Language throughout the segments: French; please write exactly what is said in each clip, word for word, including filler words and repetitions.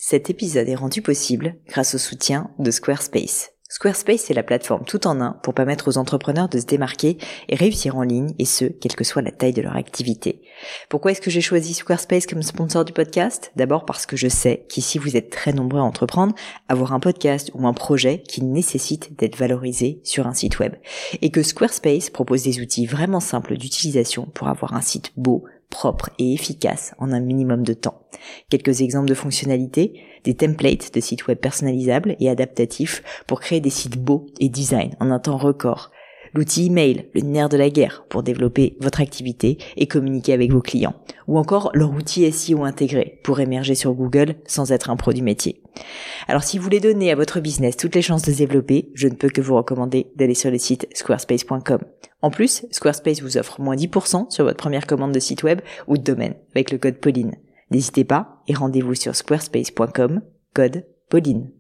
Cet épisode est rendu possible grâce au soutien de Squarespace. Squarespace est la plateforme tout en un pour permettre aux entrepreneurs de se démarquer et réussir en ligne, et ce, quelle que soit la taille de leur activité. Pourquoi est-ce que j'ai choisi Squarespace comme sponsor du podcast ? D'abord parce que je sais qu'ici vous êtes très nombreux à entreprendre, avoir un podcast ou un projet qui nécessite d'être valorisé sur un site web. Et que Squarespace propose des outils vraiment simples d'utilisation pour avoir un site beau, propre et efficace en un minimum de temps. Quelques exemples de fonctionnalités, des templates de sites web personnalisables et adaptatifs pour créer des sites beaux et design en un temps record. L'outil email, le nerf de la guerre pour développer votre activité et communiquer avec vos clients. Ou encore leur outil S E O intégré pour émerger sur Google sans être un pro du métier. Alors si vous voulez donner à votre business toutes les chances de se développer, je ne peux que vous recommander d'aller sur le site squarespace point com. En plus, Squarespace vous offre moins dix pour cent sur votre première commande de site web ou de domaine avec le code Pauline. N'hésitez pas et rendez-vous sur squarespace point com, code Pauline.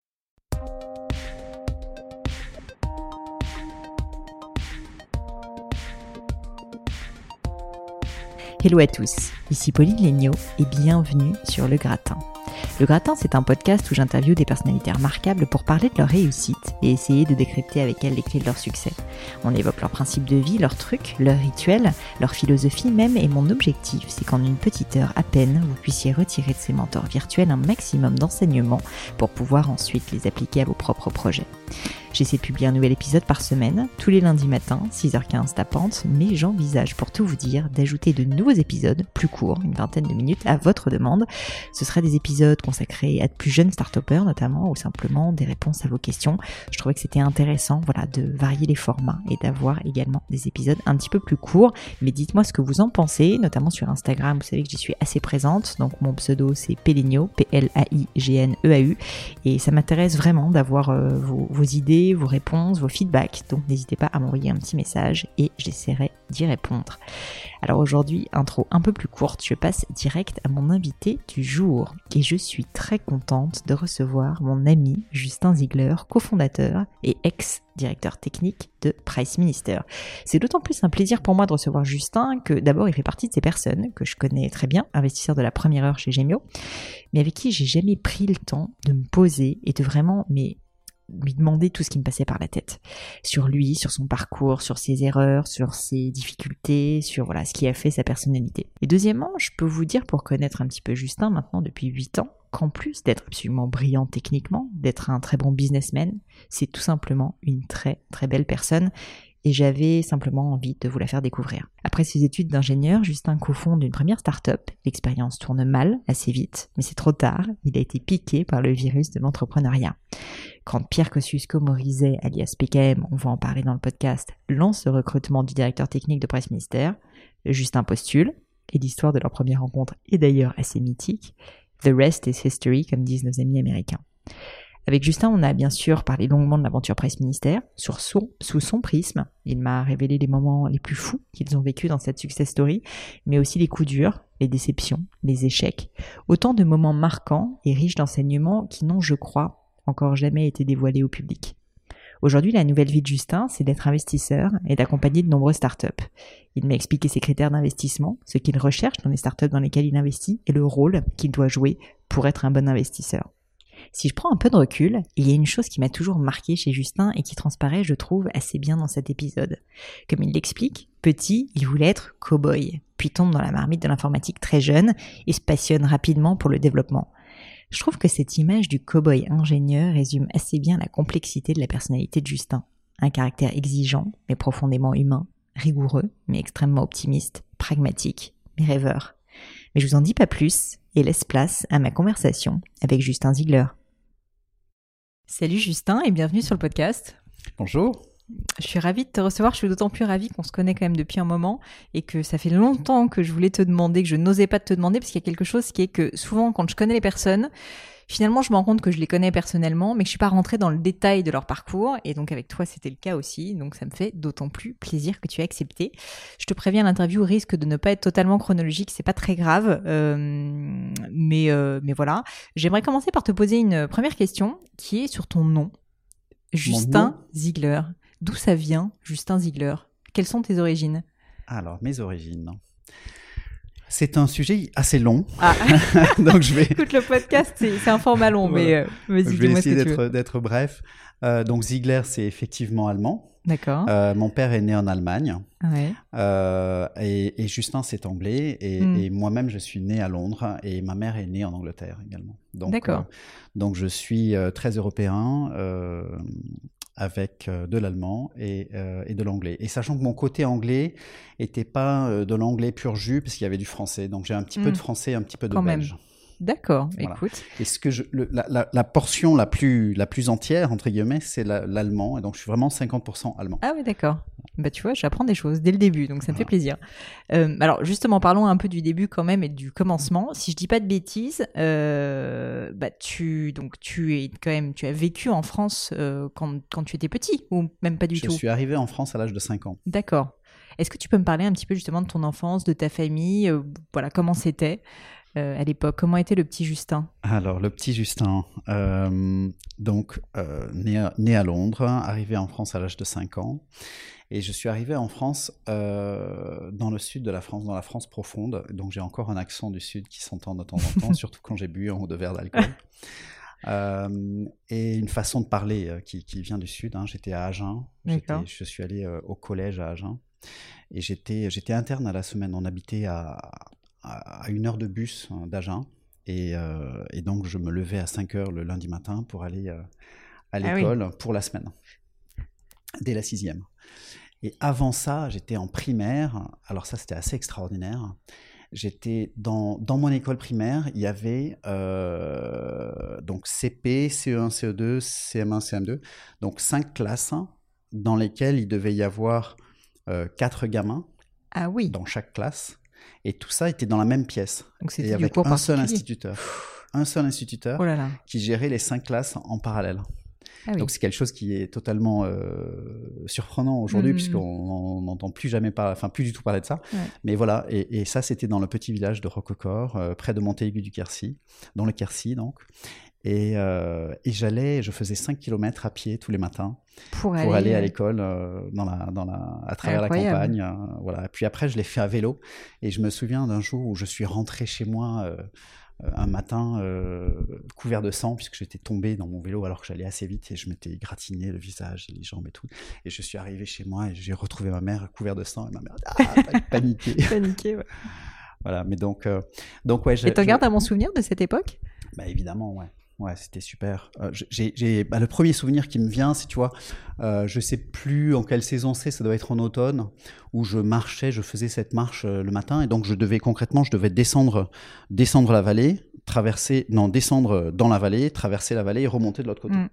Hello à tous, ici Pauline Léniaud et bienvenue sur Le Gratin. Le Gratin, c'est un podcast où j'interviewe des personnalités remarquables pour parler de leur réussite et essayer de décrypter avec elles les clés de leur succès. On évoque leurs principes de vie, leurs trucs, leurs rituels, leur philosophie même, et mon objectif, c'est qu'en une petite heure à peine, vous puissiez retirer de ces mentors virtuels un maximum d'enseignements pour pouvoir ensuite les appliquer à vos propres projets. J'essaie de publier un nouvel épisode par semaine, tous les lundis matins, six heures quinze tapante, mais j'envisage, pour tout vous dire, d'ajouter de nouveaux épisodes, plus courts, une vingtaine de minutes, à votre demande. Ce seraient des épisodes consacrés à de plus jeunes start-upers notamment, ou simplement des réponses à vos questions. Je trouvais que c'était intéressant, voilà, de varier les formats et d'avoir également des épisodes un petit peu plus courts. Mais dites-moi ce que vous en pensez, notamment sur Instagram, vous savez que j'y suis assez présente, donc mon pseudo c'est Péléniaud, P L A I G N E A U, et ça m'intéresse vraiment d'avoir euh, vos, vos idées, vos réponses, vos feedbacks, donc n'hésitez pas à m'envoyer un petit message et j'essaierai d'y répondre. Alors aujourd'hui, intro un peu plus courte, je passe direct à mon invité du jour et je suis très contente de recevoir mon ami Justin Ziegler, cofondateur et ex-directeur technique de Priceminister. C'est d'autant plus un plaisir pour moi de recevoir Justin que d'abord il fait partie de ces personnes que je connais très bien, investisseur de la première heure chez Gemio, mais avec qui j'ai jamais pris le temps de me poser et de vraiment mais lui demander tout ce qui me passait par la tête. Sur lui, sur son parcours, sur ses erreurs, sur ses difficultés, sur voilà ce qui a fait sa personnalité. Et deuxièmement, je peux vous dire, pour connaître un petit peu Justin maintenant depuis huit ans, qu'en plus d'être absolument brillant techniquement, d'être un très bon businessman, c'est tout simplement une très très belle personne. Et j'avais simplement envie de vous la faire découvrir. Après ses études d'ingénieur, Justin cofonde une première start-up. L'expérience tourne mal, assez vite, mais c'est trop tard. Il a été piqué par le virus de l'entrepreneuriat. Quand Pierre Kosciusko-Morizet, alias P K M, on va en parler dans le podcast, lance le recrutement du directeur technique de Priceminister, Justin postule, et l'histoire de leur première rencontre est d'ailleurs assez mythique. The rest is history, comme disent nos amis américains. Avec Justin, on a bien sûr parlé longuement de l'aventure Priceminister, sur son, sous son prisme. Il m'a révélé les moments les plus fous qu'ils ont vécus dans cette success story, mais aussi les coups durs, les déceptions, les échecs. Autant de moments marquants et riches d'enseignements qui n'ont, je crois, encore jamais été dévoilés au public. Aujourd'hui, la nouvelle vie de Justin, c'est d'être investisseur et d'accompagner de nombreuses startups. Il m'a expliqué ses critères d'investissement, ce qu'il recherche dans les startups dans lesquelles il investit et le rôle qu'il doit jouer pour être un bon investisseur. Si je prends un peu de recul, il y a une chose qui m'a toujours marqué chez Justin et qui transparaît, je trouve, assez bien dans cet épisode. Comme il l'explique, petit, il voulait être cow-boy, puis tombe dans la marmite de l'informatique très jeune et se passionne rapidement pour le développement. Je trouve que cette image du cow-boy ingénieur résume assez bien la complexité de la personnalité de Justin. Un caractère exigeant, mais profondément humain, rigoureux, mais extrêmement optimiste, pragmatique, mais rêveur. Mais je vous en dis pas plus et laisse place à ma conversation avec Justin Ziegler. Salut Justin et bienvenue sur le podcast. Bonjour. Je suis ravie de te recevoir, je suis d'autant plus ravie qu'on se connaît quand même depuis un moment et que ça fait longtemps que je voulais te demander, que je n'osais pas te demander, parce qu'il y a quelque chose qui est que souvent quand je connais les personnes, finalement je me rends compte que je les connais personnellement mais que je suis pas rentrée dans le détail de leur parcours, et donc avec toi c'était le cas aussi, donc ça me fait d'autant plus plaisir que tu aies accepté. Je te préviens, l'interview risque de ne pas être totalement chronologique, c'est pas très grave, euh, mais, euh, mais voilà. J'aimerais commencer par te poser une première question qui est sur ton nom, Justin Ziegler. D'où ça vient, Justin Ziegler ? Quelles sont tes origines ? Alors, mes origines. C'est un sujet assez long. Ah. Donc je vais... Écoute, le podcast, c'est, c'est un format long, voilà. mais euh, vas-y, je vais dis-moi essayer ce que d'être, tu veux. d'être bref. Euh, donc Ziegler, c'est effectivement allemand. D'accord. Euh, mon père est né en Allemagne. Ouais. Euh, et, et Justin, c'est anglais. Et, mm. et moi-même, je suis né à Londres. Et ma mère est née en Angleterre également. Donc, D'accord. Euh, donc je suis euh, très européen. Euh, avec euh, de l'allemand et, euh, et de l'anglais. Et sachant que mon côté anglais n'était pas euh, de l'anglais pur jus, parce qu'il y avait du français. Donc j'ai un petit mmh. peu de français, un petit peu de Quand belge. Même. D'accord, voilà. Écoute. Et ce que je, le, la, la, la portion la plus, la plus entière, entre guillemets, c'est la, l'allemand. Et donc je suis vraiment cinquante pour cent allemand. Ah oui, d'accord. Bah tu vois, j'apprends des choses dès le début, donc ça me voilà. fait plaisir. Euh, alors justement, parlons un peu du début quand même et du commencement. Si je dis pas de bêtises, euh, bah tu donc tu es quand même tu as vécu en France euh, quand quand tu étais petit ou même pas du je tout. Je suis arrivé en France à l'âge de cinq ans. D'accord. Est-ce que tu peux me parler un petit peu justement de ton enfance, de ta famille, euh, voilà comment c'était euh, à l'époque, comment était le petit Justin ? Alors le petit Justin, euh, donc euh, né, à, né à Londres, arrivé en France à l'âge de cinq ans. Et je suis arrivé en France, euh, dans le sud de la France, dans la France profonde. Donc j'ai encore un accent du sud qui s'entend de temps en temps, surtout quand j'ai bu un ou deux verres d'alcool. Euh, et une façon de parler euh, qui, qui vient du sud. Hein. J'étais à Agen, j'étais, je suis allé euh, au collège à Agen. Et j'étais, j'étais interne à la semaine. On habitait à, à, à une heure de bus hein, d'Agen. Et, euh, et donc je me levais à cinq heures le lundi matin pour aller euh, à l'école ah oui. pour la semaine, dès la sixième. Et avant ça, j'étais en primaire. Alors ça, c'était assez extraordinaire. J'étais dans, dans mon école primaire, il y avait euh, donc C P, C E un, C E deux, C M un, C M deux, donc cinq classes dans lesquelles il devait y avoir euh, quatre gamins ah oui. dans chaque classe. Et tout ça était dans la même pièce. Donc c'était et avec du cours un seul instituteur. Un seul instituteur oh là là. qui gérait les cinq classes en parallèle. Ah oui. Donc c'est quelque chose qui est totalement euh, surprenant aujourd'hui mmh. puisqu'on n'entend plus jamais parler, enfin plus du tout parler de ça. Ouais. Mais voilà, et, et ça c'était dans le petit village de Roquecoeur, euh, près de Montéaigu du Quercy, dans le Quercy donc. Et, euh, et j'allais, je faisais cinq kilomètres à pied tous les matins pour, pour aller, aller à l'école euh, dans la, dans la, à travers Incroyable. La campagne. Euh, voilà. Puis après je l'ai fait à vélo et je me souviens d'un jour où je suis rentré chez moi. Euh, un matin euh, couvert de sang puisque j'étais tombé dans mon vélo alors que j'allais assez vite et je m'étais gratiné le visage et les jambes et tout et je suis arrivé chez moi et j'ai retrouvé ma mère couvert de sang et ma mère ah, paniqué paniqué ouais. Voilà mais donc euh, donc ouais et t'en gardes un bon souvenir de cette époque? Bah évidemment ouais. Ouais, c'était super. Euh, j'ai, j'ai, bah, le premier souvenir qui me vient, c'est, tu vois, euh, je sais plus en quelle saison c'est, ça doit être en automne, où je marchais, je faisais cette marche euh, le matin, et donc je devais concrètement, je devais descendre, descendre la vallée, traverser, non, descendre dans la vallée, traverser la vallée et remonter de l'autre côté. Mm.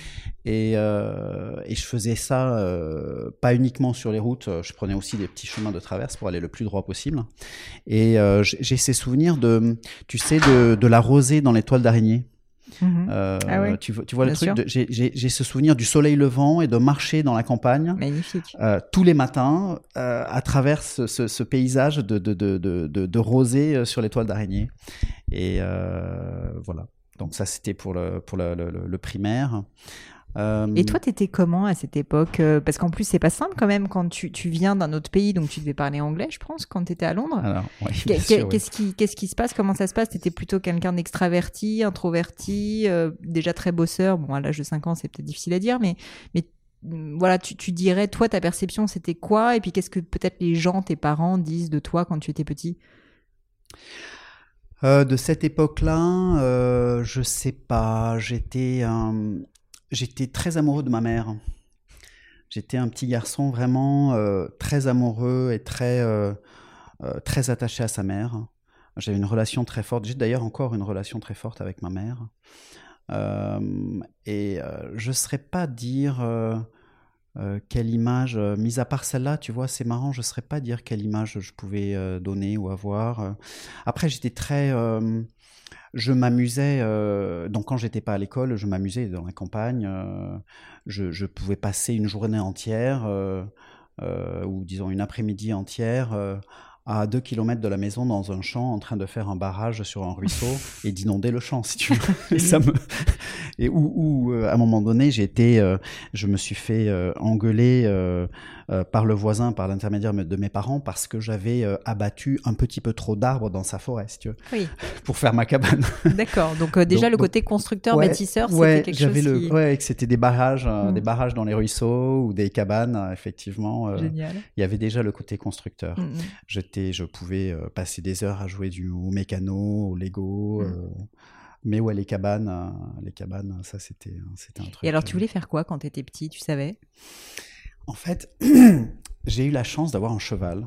Et, euh, et je faisais ça euh, pas uniquement sur les routes, je prenais aussi des petits chemins de traverse pour aller le plus droit possible. Et euh, j'ai ces souvenirs de, tu sais, de, de la rosée dans les toiles d'araignée. Mmh. Euh, ah oui, tu, tu vois le truc de, j'ai, j'ai, j'ai ce souvenir du soleil levant et de marcher dans la campagne. Magnifique. Euh, tous les matins euh, à travers ce, ce, ce paysage de, de, de, de, de, de rosée sur les toiles d'araignée. Et euh, voilà. Donc ça, c'était pour le, pour le, le, le primaire. Euh... Et toi, t'étais comment à cette époque? Parce qu'en plus, c'est pas simple quand même quand tu, tu viens d'un autre pays, donc tu devais parler anglais, je pense, quand t'étais à Londres. Alors, oui, bien Qu- sûr, qu'est-ce, oui. qui, qu'est-ce qui se passe? Comment ça se passe? T'étais plutôt quelqu'un d'extraverti, introverti, euh, déjà très bosseur. Bon, à l'âge de cinq ans, c'est peut-être difficile à dire, mais, mais voilà, tu, tu dirais, toi, ta perception, c'était quoi? Et puis, qu'est-ce que peut-être les gens, tes parents, disent de toi quand tu étais petit? Euh, de cette époque-là, euh, je sais pas. J'étais, euh, j'étais très amoureux de ma mère. J'étais un petit garçon vraiment euh, très amoureux et très, euh, euh, très attaché à sa mère. J'avais une relation très forte. J'ai d'ailleurs encore une relation très forte avec ma mère. Euh, et euh, je ne saurais pas dire euh, euh, quelle image, euh, mis à part celle-là, tu vois, c'est marrant, je ne saurais pas dire quelle image je pouvais euh, donner ou avoir. Après, j'étais très... Euh, je m'amusais, euh, donc quand j'étais pas à l'école, je m'amusais dans la campagne. Euh, je, je pouvais passer une journée entière, euh, euh, ou disons une après-midi entière, euh, à deux kilomètres de la maison dans un champ en train de faire un barrage sur un ruisseau et d'inonder le champ, si tu veux. Et ça me... et où, où euh, à un moment donné, j'ai été, euh, je me suis fait euh, engueuler euh, euh, par le voisin, par l'intermédiaire de mes parents, parce que j'avais euh, abattu un petit peu trop d'arbres dans sa forêt, si tu veux, oui. pour faire ma cabane. D'accord. Donc euh, déjà, donc, le côté constructeur, ouais, bâtisseur, c'était ouais, quelque j'avais chose le, qui... Ouais, que c'était des barrages, euh, mmh. des barrages dans les ruisseaux ou des cabanes, euh, effectivement. Euh, Génial. Il y avait déjà le côté constructeur. Mmh. J'étais, je pouvais euh, passer des heures à jouer du au mécano, au Lego. Mmh. Euh, mais ouais, les cabanes, euh, les cabanes, ça c'était, c'était un truc. Et alors, tu voulais faire quoi quand tu étais petit, tu savais ? En fait, j'ai eu la chance d'avoir un cheval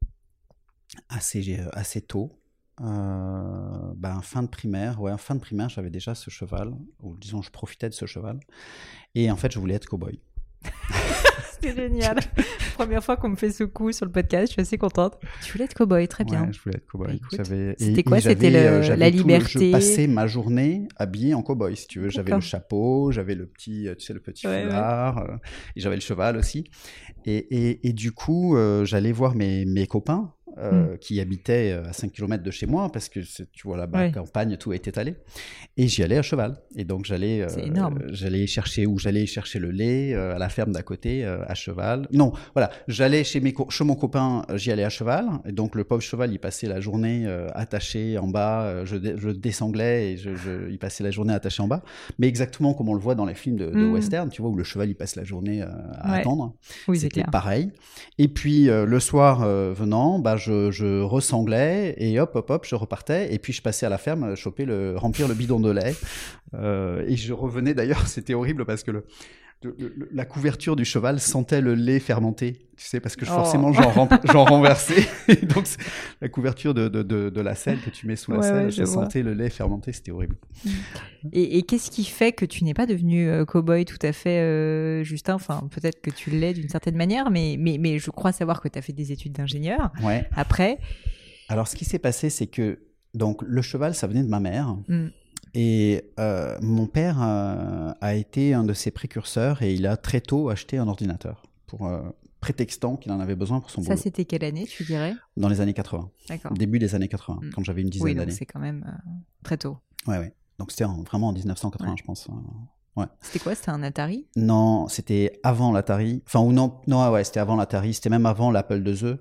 assez, assez tôt. Euh, ben, fin de primaire, ouais, fin de primaire, j'avais déjà ce cheval, ou disons, je profitais de ce cheval. Et en fait, je voulais être cow-boy. C'était génial. Première fois qu'on me fait ce coup sur le podcast, je suis assez contente. Tu voulais être cow-boy, très bien. Ouais, je voulais être cow-boy. Écoute, j'avais, c'était et, quoi et C'était le, j'avais la liberté. Le, je passais ma journée habillé en cow-boy, si tu veux. J'avais D'accord. le chapeau, j'avais le petit, tu sais, le petit ouais, foulard, ouais. Euh, et j'avais le cheval aussi. Et, et, et du coup, euh, j'allais voir mes, mes copains. Euh, mm. qui habitaient à cinq kilomètres de chez moi, parce que tu vois là-bas, ouais. campagne, tout est étalé. Et j'y allais à cheval. Et donc j'allais, euh, j'allais chercher où j'allais chercher le lait euh, à la ferme d'à côté euh, à cheval. Non, voilà, j'allais chez, mes co- chez mon copain, j'y allais à cheval. Et donc le pauvre cheval, il passait la journée euh, attaché en bas. Euh, je, dé- je désanglais et je, je, il passait la journée attaché en bas. Mais exactement comme on le voit dans les films de, de mm. western, tu vois, où le cheval il passe la journée euh, à ouais. attendre. Oui, C'était c'est pareil. Et puis euh, le soir euh, venant, bah je Je, je ressanglais et hop, hop, hop, je repartais. Et puis je passais à la ferme, choper le, remplir le bidon de lait. Euh, et je revenais d'ailleurs, c'était horrible parce que le, le, le, la couverture du cheval sentait le lait fermenté. Tu sais, parce que forcément, oh. j'en, rem- j'en renversais. Et donc, la couverture de, de, de, de la selle que tu mets sous la ouais, selle, ouais, je, je sentais le lait fermenté. C'était horrible. Et, et qu'est-ce qui fait que tu n'es pas devenu euh, cow-boy tout à fait, euh, Justin ? Enfin, peut-être que tu l'es d'une certaine manière, mais, mais, mais je crois savoir que tu as fait des études d'ingénieur. Ouais. Après. Alors, ce qui s'est passé, c'est que donc, le cheval, ça venait de ma mère. Mm. Et euh, mon père euh, a été un de ses précurseurs et il a très tôt acheté un ordinateur pour euh, prétextant qu'il en avait besoin pour son ça, boulot. Ça, c'était quelle année, tu dirais ? Dans les années quatre-vingts. D'accord. Début des années quatre-vingts, mmh. quand j'avais une dizaine oui, donc d'années. C'est quand même euh, très tôt. Ouais, ouais. Donc c'était en, vraiment en dix-neuf cent quatre-vingts, ouais. je pense. Ouais. C'était quoi ? C'était un Atari ? Non, c'était avant l'Atari. Enfin, ou non, non, ouais, c'était avant l'Atari. C'était même avant l'Apple deux E.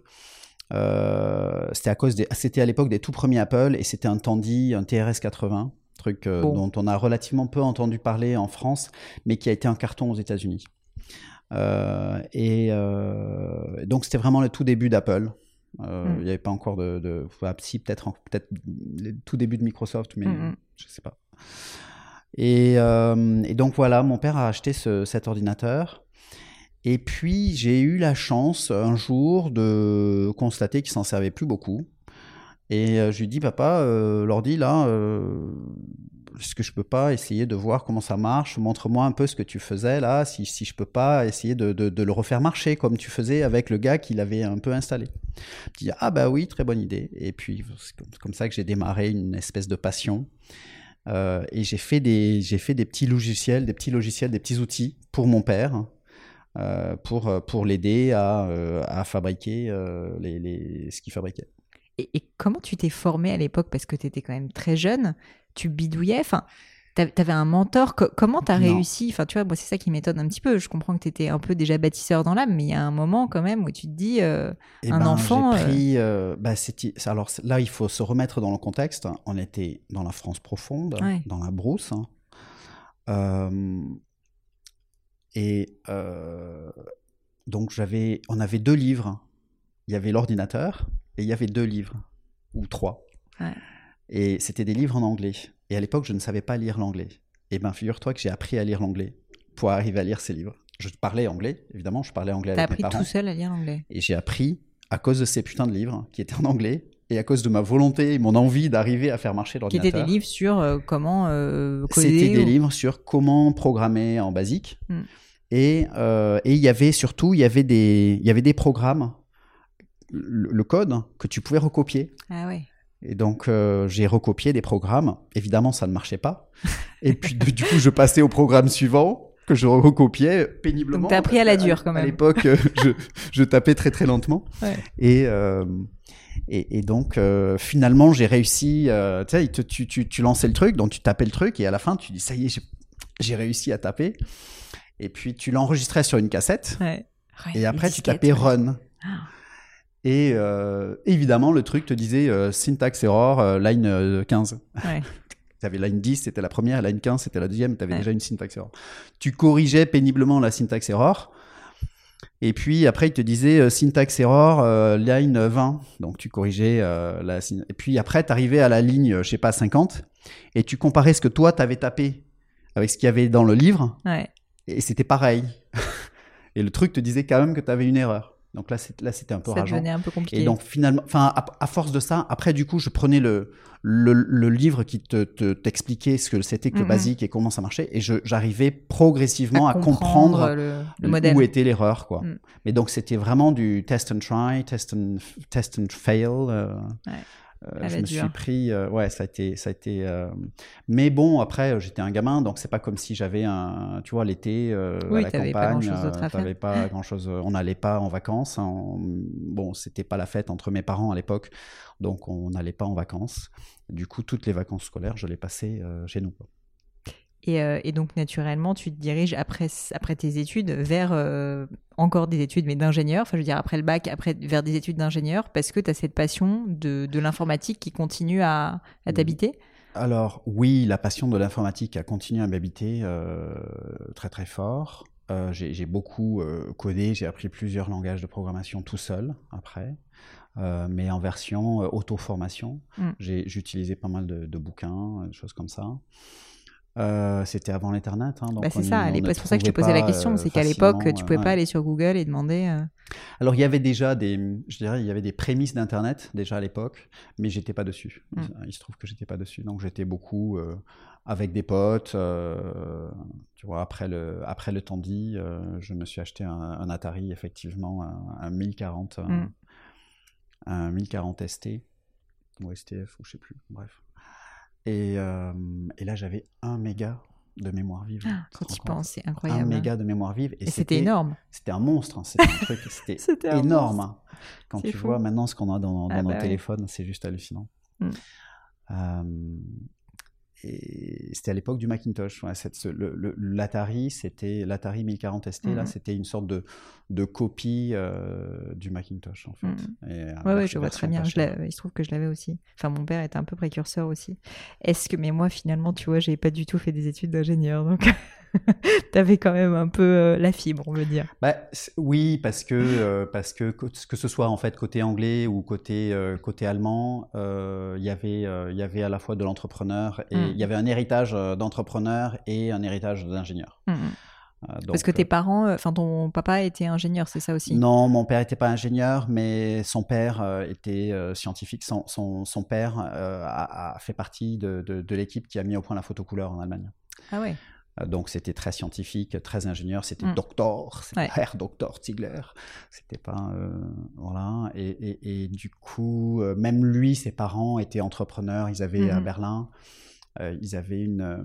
Euh, c'était à cause des, c'était à l'époque des tout premiers Apple et c'était un Tandy, un T R S quatre-vingts. Truc euh, bon. dont on a relativement peu entendu parler en France, mais qui a été un carton aux États-Unis. Euh, et euh, donc c'était vraiment le tout début d'Apple. Euh, mm. Il n'y avait pas encore de, de si peut-être, peut-être le tout début de Microsoft, mais mm-hmm. je sais pas. Et, euh, et donc voilà, mon père a acheté ce, cet ordinateur. Et puis j'ai eu la chance un jour de constater qu'il s'en servait plus beaucoup. Et euh, je lui dis, papa, euh, l'ordi là, euh, est-ce que je peux pas essayer de voir comment ça marche ? Montre-moi un peu ce que tu faisais là, si, si je peux pas essayer de, de, de le refaire marcher comme tu faisais avec le gars qui l'avait un peu installé. Je dis, ah bah oui, très bonne idée. Et puis c'est comme, comme ça que j'ai démarré une espèce de passion. Euh, et j'ai fait des, j'ai fait des petits logiciels, des petits logiciels, des petits outils pour mon père. Euh, pour, pour l'aider à, euh, à fabriquer euh, les, les, ce qu'il fabriquait. Et, et comment tu t'es formé à l'époque ? Parce que tu étais quand même très jeune, tu bidouillais, enfin, tu avais un mentor. Co- comment tu as réussi ? Enfin, tu vois, moi, c'est ça qui m'étonne un petit peu. Je comprends que tu étais un peu déjà bâtisseur dans l'âme, mais il y a un moment quand même où tu te dis, euh, un ben, enfant... J'ai pris, euh, bah, c'était, alors là, il faut se remettre dans le contexte. On était dans la France profonde, ouais. dans la brousse. Hein. Euh, et euh, donc, j'avais, on avait deux livres. Il y avait l'ordinateur... Et il y avait deux livres, ou trois. Ouais. Et c'était des livres en anglais. Et à l'époque, je ne savais pas lire l'anglais. Et bien, figure-toi que j'ai appris à lire l'anglais pour arriver à lire ces livres. Je parlais anglais, évidemment, je parlais anglais T'as avec mes parents. T'as appris tout seul à lire l'anglais. Et j'ai appris à cause de ces putains de livres qui étaient en anglais et à cause de ma volonté et mon envie d'arriver à faire marcher l'ordinateur. Qui étaient des livres sur euh, comment euh, coder. C'était des ou... livres sur comment programmer en basique. Mm. Et euh, et il y avait surtout, il y avait des, il y avait des programmes, le, le code que tu pouvais recopier. Ah ouais. Et donc, euh, j'ai recopié des programmes. Évidemment, ça ne marchait pas. Et puis, de, du coup, je passais au programme suivant que je recopiais péniblement. Donc, t'as appris à la dure, quand même. À l'époque, je, je tapais très, très lentement. Ouais. Et, euh, Et, et donc, euh, finalement, j'ai réussi. Euh, tu sais, tu, tu, tu lançais le truc, donc tu tapais le truc, et à la fin, tu dis ça y est, j'ai, j'ai réussi à taper. Et puis, tu l'enregistrais sur une cassette. Ouais. Ouais, et après, tu disquettes, tapais ouais. Run. Ah. Et euh, évidemment, le truc te disait euh, syntax error, euh, line euh, quinze. Ouais. Tu avais line dix, c'était la première, line quinze, c'était la deuxième, tu avais Ouais. déjà une syntax error. Tu corrigeais péniblement la syntax error. Et puis après, il te disait euh, syntax error, euh, line vingt. Donc tu corrigeais euh, la syn- Et puis après, tu arrivais à la ligne, euh, je sais pas, cinquante. Et tu comparais ce que toi, tu avais tapé avec ce qu'il y avait dans le livre. Ouais. Et c'était pareil. Et le truc te disait quand même que tu avais une erreur. Donc là, c'est, là c'était un peu Ça rageant. devenait un peu compliqué. Et donc finalement, enfin, à, à force de ça, après du coup, je prenais le, le, le livre qui te, te, t'expliquait ce que c'était que le Mhm. basique et comment ça marchait. Et je, j'arrivais progressivement à à comprendre, comprendre le, le modèle. où était l'erreur, quoi. Mm. Mais donc c'était vraiment du test and try, test and, test and fail. Euh, Ouais. euh, À je la me dure. suis pris, euh, ouais, ça a été, ça a été. Euh... Mais bon, après, euh, j'étais un gamin, donc c'est pas comme si j'avais un, tu vois, l'été euh, Oui, à la t'avais pas campagne, grand-chose d'autre à euh, t'avais faire. pas grand chose. On n'allait pas en vacances. Hein, on... Bon, c'était pas la fête entre mes parents à l'époque, donc on n'allait pas en vacances. Du coup, toutes les vacances scolaires, je les passais euh, chez nous. Quoi. Et, euh, et donc, naturellement, tu te diriges après, après tes études vers euh, encore des études, mais d'ingénieur. Enfin, je veux dire, après le bac, après, vers des études d'ingénieur, parce que tu as cette passion de, de l'informatique qui continue à, à t'habiter. Alors, oui, la passion de l'informatique a continué à m'habiter euh, très, très fort. Euh, j'ai, j'ai beaucoup euh, codé, j'ai appris plusieurs langages de programmation tout seul, après. Euh, mais en version euh, auto-formation. Mm. J'ai, j'ai utilisé pas mal de, de bouquins, des choses comme ça. Euh, c'était avant l'internet, hein, donc bah c'est on ça. y, à l'époque, on c'est pour ça que je te posais la question, euh, c'est qu'à l'époque, tu pouvais euh, pas ouais. aller sur Google et demander. Euh... Alors il y avait déjà des, je dirais, il y avait des prémices d'internet déjà à l'époque, mais j'étais pas dessus. Mm. Il, il se trouve que j'étais pas dessus, donc j'étais beaucoup euh, avec des potes. Euh, tu vois, après le après le Tandy, euh, je me suis acheté un, un Atari, effectivement, un, un mille quarante, mm. un, un mille quarante S T ou S T F ou je sais plus. Bref. Et, euh, et là, j'avais un méga de mémoire vive. Ah, quand tu penses, c'est incroyable. Un méga de mémoire vive. Et, et c'était, c'était énorme. C'était un monstre. Hein, c'était un truc, c'était, c'était énorme. Hein. Quand c'est tu fou. vois maintenant ce qu'on a dans, dans ah, nos bah téléphones, ouais. c'est juste hallucinant. Mm. Euh, et c'était à l'époque du Macintosh. Ouais, cette, le, le, l'Atari, c'était l'Atari mille quarante S T. Mm. Là, c'était une sorte de, de copie euh, du Macintosh, en fait. Mm. Et, ouais, ouais, je vois très bien. Je il se trouve que je l'avais aussi. Enfin, mon père était un peu précurseur aussi. Est-ce que, mais moi, finalement, tu vois, j'ai pas du tout fait des études d'ingénieur, donc t'avais quand même un peu euh, la fibre, on veut dire. Bah, oui, parce que euh, parce que que ce soit en fait côté anglais ou côté euh, côté allemand, il euh, y avait il euh, y avait à la fois de l'entrepreneur et il mm. y avait un héritage d'entrepreneur et un héritage d'ingénieur. Mm. Euh, donc, parce que tes parents, enfin ton papa était ingénieur, c'est ça aussi? Non, mon père n'était pas ingénieur, mais son père euh, était euh, scientifique. Son, son, son père euh, a, a fait partie de, de, de l'équipe qui a mis au point la photocouleur en Allemagne. Ah ouais. Euh, donc c'était très scientifique, très ingénieur. C'était mm. docteur, c'était ouais. Herr Docteur Ziegler. C'était pas euh, voilà. Et, et, et du coup, euh, même lui, ses parents étaient entrepreneurs. Ils avaient mm-hmm. à Berlin, euh, ils avaient une euh,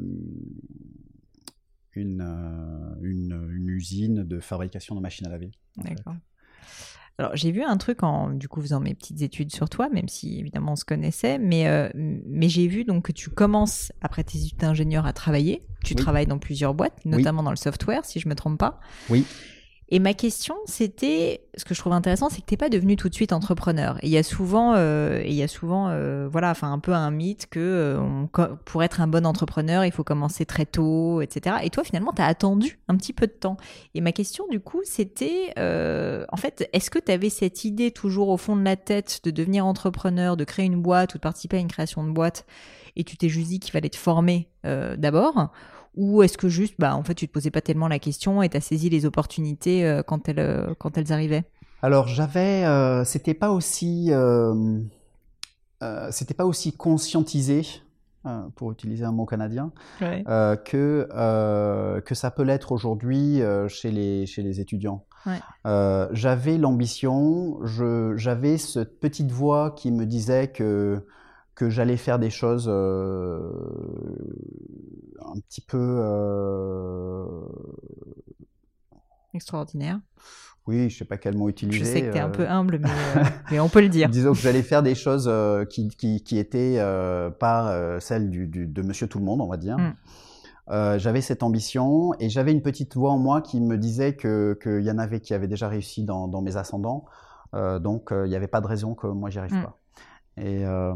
Une, euh, une, une usine de fabrication de machines à laver. D'accord. Fait. Alors, j'ai vu un truc en, du coup, faisant mes petites études sur toi, même si, évidemment, on se connaissait, mais, euh, mais j'ai vu donc que tu commences, après tes études d'ingénieur, à travailler. Tu oui. travailles dans plusieurs boîtes, notamment oui. dans le software, si je ne me trompe pas. Oui. Et ma question, c'était, ce que je trouve intéressant, c'est que tu n'es pas devenu tout de suite entrepreneur. Et il y a souvent, euh, il y a souvent euh, voilà, enfin, un peu un mythe que euh, on, pour être un bon entrepreneur, il faut commencer très tôt, et cetera. Et toi, finalement, tu as attendu un petit peu de temps. Et ma question, du coup, c'était, euh, en fait, est-ce que tu avais cette idée toujours au fond de la tête de devenir entrepreneur, de créer une boîte ou de participer à une création de boîte, et tu t'es juste dit qu'il fallait te former euh, d'abord ? Ou est-ce que juste, bah, en fait, tu te posais pas tellement la question et tu as saisi les opportunités euh, quand, elles, euh, quand elles arrivaient? Alors, j'avais, euh, c'était pas aussi, euh, euh, c'était pas aussi conscientisé, euh, pour utiliser un mot canadien, ouais. euh, que euh, que ça peut l'être aujourd'hui euh, chez les chez les étudiants. Ouais. Euh, j'avais l'ambition, je, j'avais cette petite voix qui me disait que que j'allais faire des choses euh, un petit peu euh, Extraordinaire. Oui, je ne sais pas quel mot utiliser. Je sais que tu es euh... un peu humble, mais, euh, mais on peut le dire. Disons que j'allais faire des choses euh, qui, qui, qui étaient euh, pas euh, celles du, du, de Monsieur Tout-le-Monde, on va dire. Mm. Euh, j'avais cette ambition et j'avais une petite voix en moi qui me disait que qu'il y en avait qui avaient déjà réussi dans, dans mes ascendants. Euh, donc, il euh, n'y avait pas de raison que moi, j'y arrive mm. pas. Et euh,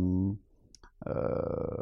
euh,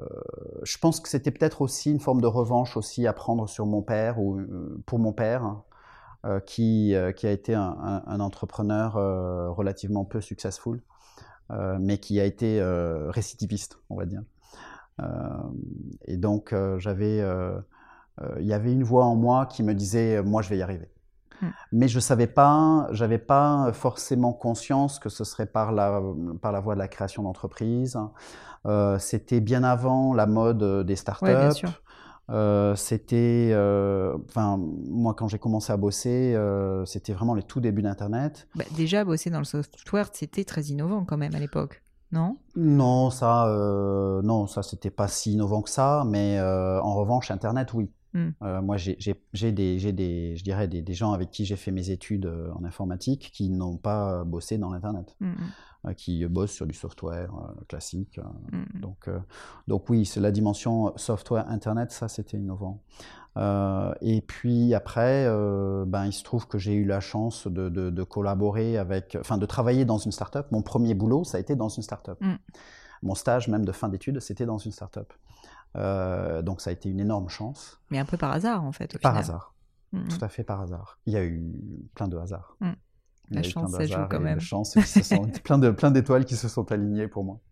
je pense que c'était peut-être aussi une forme de revanche aussi à prendre sur mon père ou euh, pour mon père. Euh, qui, euh, qui a été un, un, un entrepreneur euh, relativement peu successful, euh, mais qui a été euh, récidiviste, on va dire. Euh, et donc, euh, j'avais, euh, euh, il y avait une voix en moi qui me disait, moi, je vais y arriver. Mm. Mais je savais pas, j'avais pas forcément conscience que ce serait par la, par la voie de la création d'entreprise. Euh, c'était bien avant la mode des startups. Ouais, bien sûr. Euh, c'était, euh, enfin, moi quand j'ai commencé à bosser, euh, c'était vraiment les tout débuts d'Internet. Bah, déjà, bosser dans le software, c'était très innovant quand même à l'époque, non ? Non, ça, euh, non, ça c'était pas si innovant que ça, mais euh, en revanche, Internet, oui. Mm. Euh, moi, j'ai, j'ai, j'ai des, j'ai des, je dirais des, des gens avec qui j'ai fait mes études en informatique qui n'ont pas bossé dans l'Internet. Mm. Qui bossent sur du software euh, classique. Euh, mm. donc, euh, donc oui, c'est la dimension software Internet, ça c'était innovant. Euh, et puis après, euh, ben, il se trouve que j'ai eu la chance de, de, de collaborer avec, enfin de travailler dans une start-up. Mon premier boulot, ça a été dans une start-up. Mm. Mon stage même de fin d'études, c'était dans une start-up. Euh, donc ça a été une énorme chance. Mais un peu par hasard en fait. Au par final. hasard, mm. tout à fait par hasard. Il y a eu plein de hasards. Mm. La chance, ça joue quand même. La chance, qui se sont, plein, de, plein d'étoiles qui se sont alignées pour moi.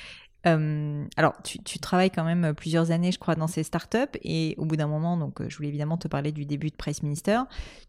Euh, alors, tu, tu travailles quand même plusieurs années, je crois, dans ces startups. Et au bout d'un moment, donc, je voulais évidemment te parler du début de Price Minister.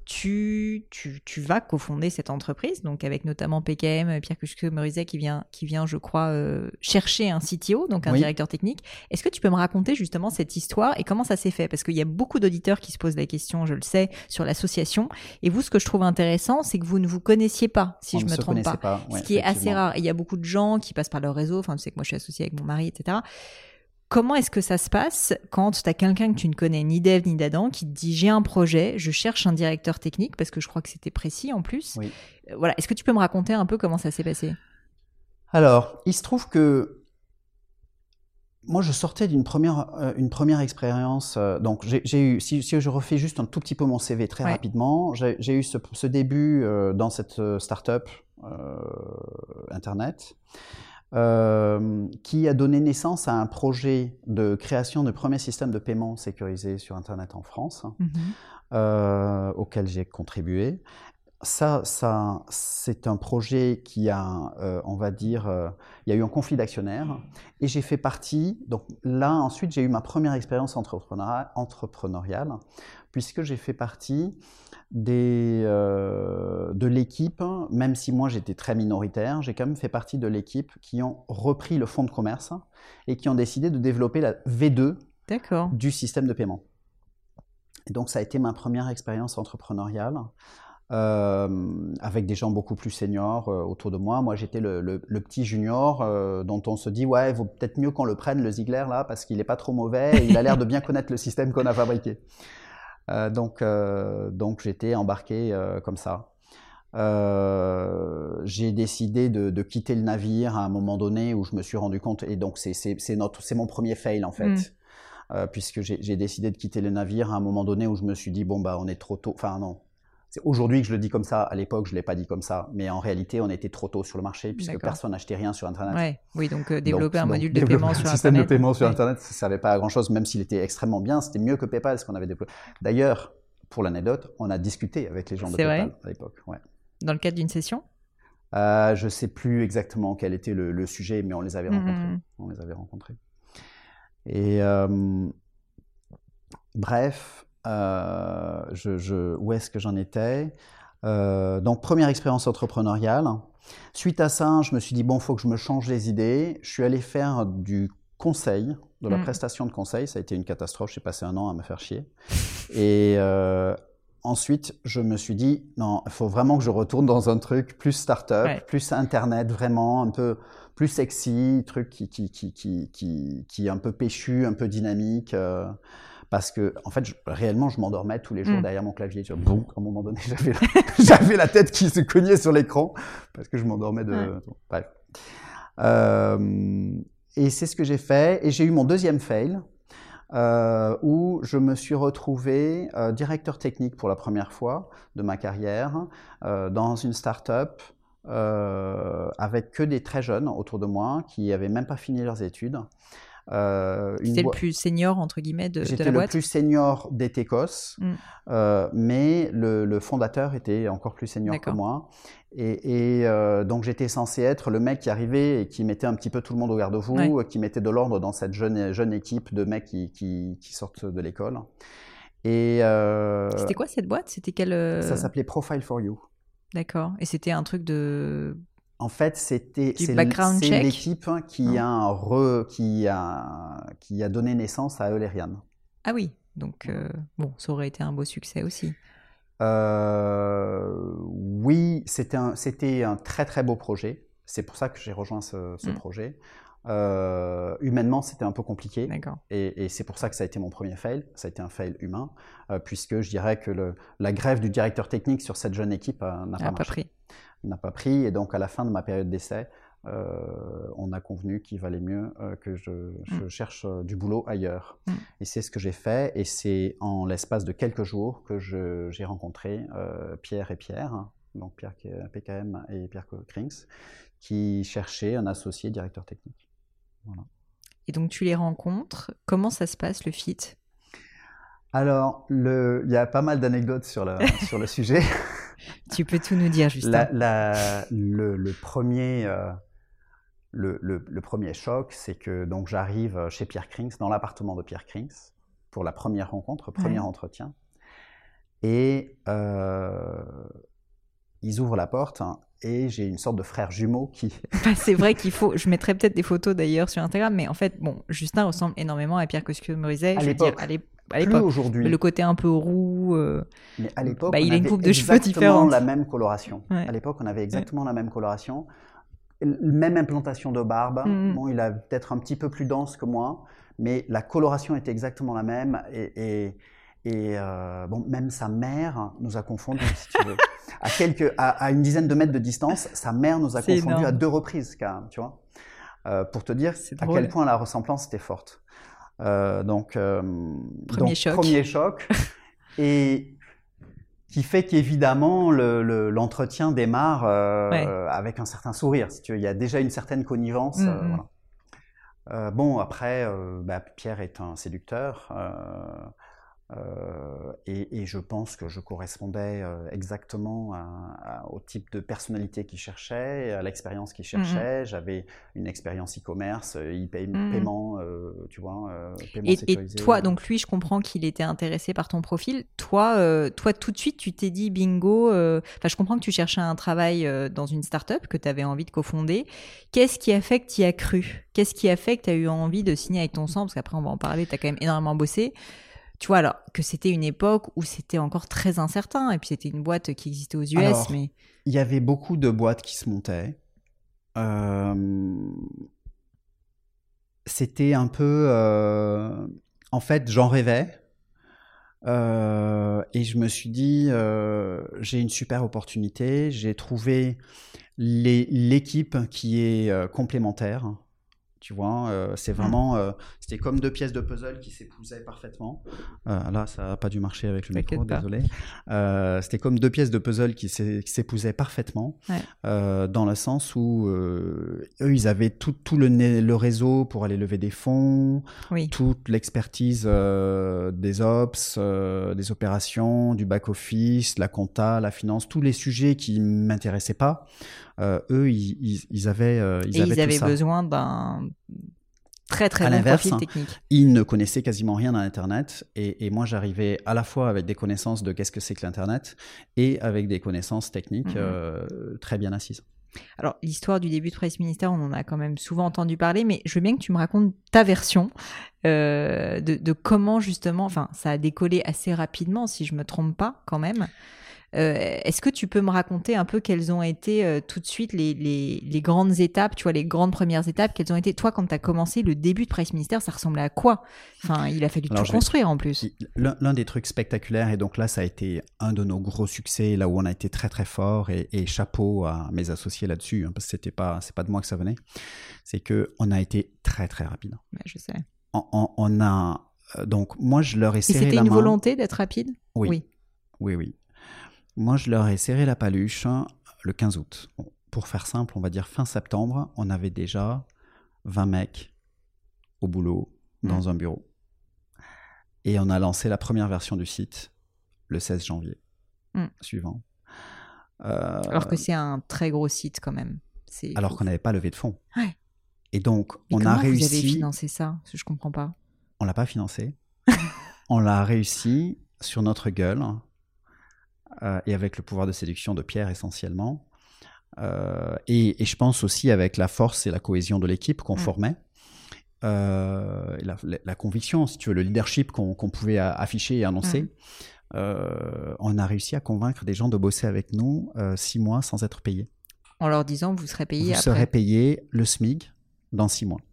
Tu, tu, tu vas cofonder cette entreprise, donc avec notamment P K M, Pierre Cuchet-Morizet, qui vient, qui vient, je crois, euh, chercher un C T O, donc un oui. directeur technique. Est-ce que tu peux me raconter justement cette histoire et comment ça s'est fait ? Parce qu'il y a beaucoup d'auditeurs qui se posent la question, je le sais, sur l'association. Et vous, ce que je trouve intéressant, c'est que vous ne vous connaissiez pas, si On je ne me se trompe pas. pas ouais, ce qui est assez rare. Et il y a beaucoup de gens qui passent par leur réseau. Enfin, tu sais que moi, je suis associée avec mon mari, et cetera. Comment est-ce que ça se passe quand tu as quelqu'un que tu ne connais ni d'Ève ni d'Adam qui te dit « j'ai un projet, je cherche un directeur technique » parce que je crois que c'était précis en plus. Oui. Voilà. Est-ce que tu peux me raconter un peu comment ça s'est passé ? Alors, il se trouve que moi, je sortais d'une première, euh, une première expérience. Euh, donc, j'ai, j'ai eu, si, si je refais juste un tout petit peu mon C V très ouais. rapidement, j'ai, j'ai eu ce, ce début euh, dans cette start-up euh, Internet. Euh, qui a donné naissance à un projet de création de premier système de paiement sécurisé sur Internet en France, mm-hmm. euh, auquel j'ai contribué. Ça, ça, c'est un projet qui a, euh, on va dire, euh, il y a eu un conflit d'actionnaires et j'ai fait partie. Donc là, ensuite, j'ai eu ma première expérience entrepreneuriale, entrepreneuriale puisque j'ai fait partie des, euh, de l'équipe, même si moi j'étais très minoritaire, j'ai quand même fait partie de l'équipe qui ont repris le fonds de commerce et qui ont décidé de développer la V deux D'accord. du système de paiement. Et donc ça a été ma première expérience entrepreneuriale. Euh, avec des gens beaucoup plus seniors euh, autour de moi. Moi, j'étais le, le, le petit junior euh, dont on se dit « ouais, il vaut peut-être mieux qu'on le prenne, le Ziegler, là, parce qu'il n'est pas trop mauvais et il a l'air de bien connaître le système qu'on a fabriqué. Euh, » Donc, euh, donc j'étais embarqué euh, comme ça. Euh, j'ai décidé de, de quitter le navire à un moment donné où je me suis rendu compte, et donc c'est, c'est, c'est, notre, c'est mon premier fail en fait. Mm. Euh, puisque j'ai, j'ai décidé de quitter le navire à un moment donné où je me suis dit « bon, bah, on est trop tôt. » Enfin, non. C'est aujourd'hui que je le dis comme ça, à l'époque je ne l'ai pas dit comme ça, mais en réalité on était trop tôt sur le marché puisque D'accord. personne n'achetait rien sur Internet. Ouais. Oui, donc euh, développer donc, un module donc, de paiement sur Internet. Un système de paiement sur ouais. Internet, ça ne servait pas à grand chose, même s'il était extrêmement bien, c'était mieux que PayPal ce qu'on avait développé. D'ailleurs, pour l'anecdote, on a discuté avec les gens de C'est PayPal vrai à l'époque. Ouais. Dans le cadre d'une session euh, Je ne sais plus exactement quel était le, le sujet, mais on les avait rencontrés. Mmh. On les avait rencontrés. Et euh, bref, euh, je, je, où est-ce que j'en étais ? Euh, donc, première expérience entrepreneuriale. Suite à ça, je me suis dit, bon, il faut que je me change les idées. Je suis allé faire du conseil, de la mmh. prestation de conseil. Ça a été une catastrophe. J'ai passé un an à me faire chier. Et euh, ensuite, je me suis dit, non, il faut vraiment que je retourne dans un truc plus start-up, ouais. plus Internet, vraiment, un peu plus sexy, truc qui, qui, qui, qui, qui, qui est un peu péchu, un peu dynamique. Euh, Parce que, en fait, je, réellement, je m'endormais tous les jours mmh. derrière mon clavier. Tu vois, bon, à un moment donné, j'avais la, j'avais la tête qui se cognait sur l'écran parce que je m'endormais de. Ouais. Bref. Euh, et c'est ce que j'ai fait. Et j'ai eu mon deuxième fail euh, où je me suis retrouvé euh, directeur technique pour la première fois de ma carrière euh, dans une start-up euh, avec que des très jeunes autour de moi qui n'avaient même pas fini leurs études. Euh, C'était le plus senior, entre guillemets, de, de la boîte. J'étais le plus senior des Técos, mm. euh, mais le, le fondateur était encore plus senior D'accord. que moi. Et, et euh, donc, j'étais censé être le mec qui arrivait et qui mettait un petit peu tout le monde au garde-à-vous, ouais. qui mettait de l'ordre dans cette jeune, jeune équipe de mecs qui, qui, qui sortent de l'école. Et euh, C'était quoi cette boîte? C'était quelle euh... Ça s'appelait Profile for You. D'accord. Et c'était un truc de... En fait, c'était c'est, c'est l'équipe qui a, re, qui, a, qui a donné naissance à Eulerian. Ah oui, donc euh, bon, ça aurait été un beau succès aussi. Euh, oui, c'était un, c'était un très très beau projet. C'est pour ça que j'ai rejoint ce, ce mmh. projet. Euh, humainement, c'était un peu compliqué. D'accord. Et, et c'est pour ça que ça a été mon premier fail. Ça a été un fail humain, euh, puisque je dirais que le, la grève du directeur technique sur cette jeune équipe euh, n'a pas, pas pris. n'a pas pris, et donc à la fin de ma période d'essai, euh, on a convenu qu'il valait mieux euh, que je, je mm. cherche euh, du boulot ailleurs. Mm. Et c'est ce que j'ai fait, et c'est en l'espace de quelques jours que je, j'ai rencontré euh, Pierre et Pierre, donc Pierre P K M et Pierre Krings, qui cherchaient un associé directeur technique. Voilà. Et donc tu les rencontres, comment ça se passe le fit ? Alors, le, il y a pas mal d'anecdotes sur le, sur le sujet. Tu peux tout nous dire, Justin. La, la, le, le, premier, euh, le, le, le premier choc, c'est que donc, j'arrive chez Pierre Krings, dans l'appartement de Pierre Krings, pour la première rencontre, premier ouais. entretien. Et euh, ils ouvrent la porte, hein, et j'ai une sorte de frère jumeau qui... Bah, c'est vrai qu'il faut... Je mettrai peut-être des photos d'ailleurs sur Instagram, mais en fait, bon, Justin ressemble énormément à Pierre Coscumorizet. À je l'époque. Veux dire, à l'époque. À Plus aujourd'hui. Mais le côté un peu roux. Euh... Mais à l'époque, bah, on il a une coupe de cheveux exactement différente. la même coloration. Ouais. À l'époque, on avait exactement ouais. la même coloration. Même implantation de barbe. Mm-hmm. Bon, il a peut-être un petit peu plus dense que moi, mais la coloration était exactement la même. Et, et, et euh, bon, même sa mère nous a confondus, si tu veux. À, quelques, à, à une dizaine de mètres de distance, sa mère nous a C'est confondus énorme. À deux reprises, quand même, tu vois. Euh, pour te dire C'est à drôle. Quel point la ressemblance était forte. Euh, donc, euh, premier, donc choc. premier choc, et qui fait qu'évidemment le, le, l'entretien démarre euh, ouais. avec un certain sourire. Si tu veux, il y a déjà une certaine connivence. Mm-hmm. Euh, voilà. euh, bon, après, euh, bah, Pierre est un séducteur. Euh, Euh, et, et je pense que je correspondais euh, exactement à, à, au type de personnalité qu'il cherchait, à l'expérience qu'il cherchait. Mmh. J'avais une expérience e-commerce, e-pay- mmh. paiement, euh, tu vois, euh, paiement et, sécurisé. Et toi, donc lui, je comprends qu'il était intéressé par ton profil. Toi, euh, toi tout de suite, tu t'es dit bingo. Euh, je comprends que tu cherchais un travail euh, dans une start-up que tu avais envie de cofonder. Qu'est-ce qui a fait que tu y as cru ? Qu'est-ce qui a fait que tu as eu envie de signer avec ton sang ? Parce qu'après, on va en parler, tu as quand même énormément bossé. Tu vois, alors que c'était une époque où c'était encore très incertain, et puis c'était une boîte qui existait aux U S, alors, mais... Il y avait beaucoup de boîtes qui se montaient. Euh... C'était un peu... Euh... En fait, j'en rêvais. Euh... Et je me suis dit, euh... j'ai une super opportunité. J'ai trouvé les... l'équipe qui est euh, complémentaire. Tu vois, euh, c'est vraiment, euh, c'était comme deux pièces de puzzle qui s'épousaient parfaitement. Euh, là, ça n'a pas dû marcher avec le micro, désolé. Euh, c'était comme deux pièces de puzzle qui, qui s'épousaient parfaitement, ouais. euh, dans le sens où euh, eux, ils avaient tout, tout le, le réseau pour aller lever des fonds, oui. toute l'expertise euh, des ops, euh, des opérations, du back-office, la compta, la finance, tous les sujets qui ne m'intéressaient pas. Euh, eux, ils, ils, ils avaient, euh, ils Et avaient ils tout avaient ça. besoin d'un très très à bon l'inverse, profil technique. Ils ne connaissaient quasiment rien à Internet, et, et moi j'arrivais à la fois avec des connaissances de qu'est-ce que c'est que l'Internet et avec des connaissances techniques mmh. euh, très bien assises. Alors, l'histoire du début de Price Minister, on en a quand même souvent entendu parler, mais je veux bien que tu me racontes ta version euh, de, de comment justement, enfin, ça a décollé assez rapidement, si je me trompe pas quand même. Euh, est-ce que tu peux me raconter un peu quelles ont été euh, tout de suite les, les, les grandes étapes, tu vois, les grandes premières étapes, quelles ont été, toi, quand tu as commencé le début de Price Minister, ça ressemblait à quoi? Enfin, il a fallu Alors, tout construire vais... en plus. L'un, l'un des trucs spectaculaires, et donc là, ça a été un de nos gros succès, là où on a été très très fort, et, et chapeau à mes associés là-dessus, hein, parce que c'était pas, c'est pas de moi que ça venait, c'est qu'on a été très très rapide. Ouais, je sais. On, on, on a... Donc, moi, je leur ai serré la main. Et c'était une volonté d'être rapide? Oui. Oui, oui. oui. Moi, je leur ai serré la paluche le quinze août. Bon, pour faire simple, on va dire fin septembre, on avait déjà vingt mecs au boulot dans mmh. un bureau. Et on a lancé la première version du site le seize janvier mmh. suivant. Euh... Alors que c'est un très gros site quand même. C'est alors fou. qu'on n'avait pas levé de fonds. Ouais. Et donc, Mais on comment a réussi... vous avez financé ça? Je ne comprends pas. On ne l'a pas financé. On l'a réussi sur notre gueule euh, et avec le pouvoir de séduction de Pierre essentiellement. Euh, et, et je pense aussi avec la force et la cohésion de l'équipe qu'on mmh. formait. Euh, la, la, la conviction, si tu veux, le leadership qu'on, qu'on pouvait afficher et annoncer. Mmh. Euh, on a réussi à convaincre des gens de bosser avec nous euh, six mois sans être payés. En leur disant, vous serez payé vous après. Vous serez payé le SMIC dans six mois.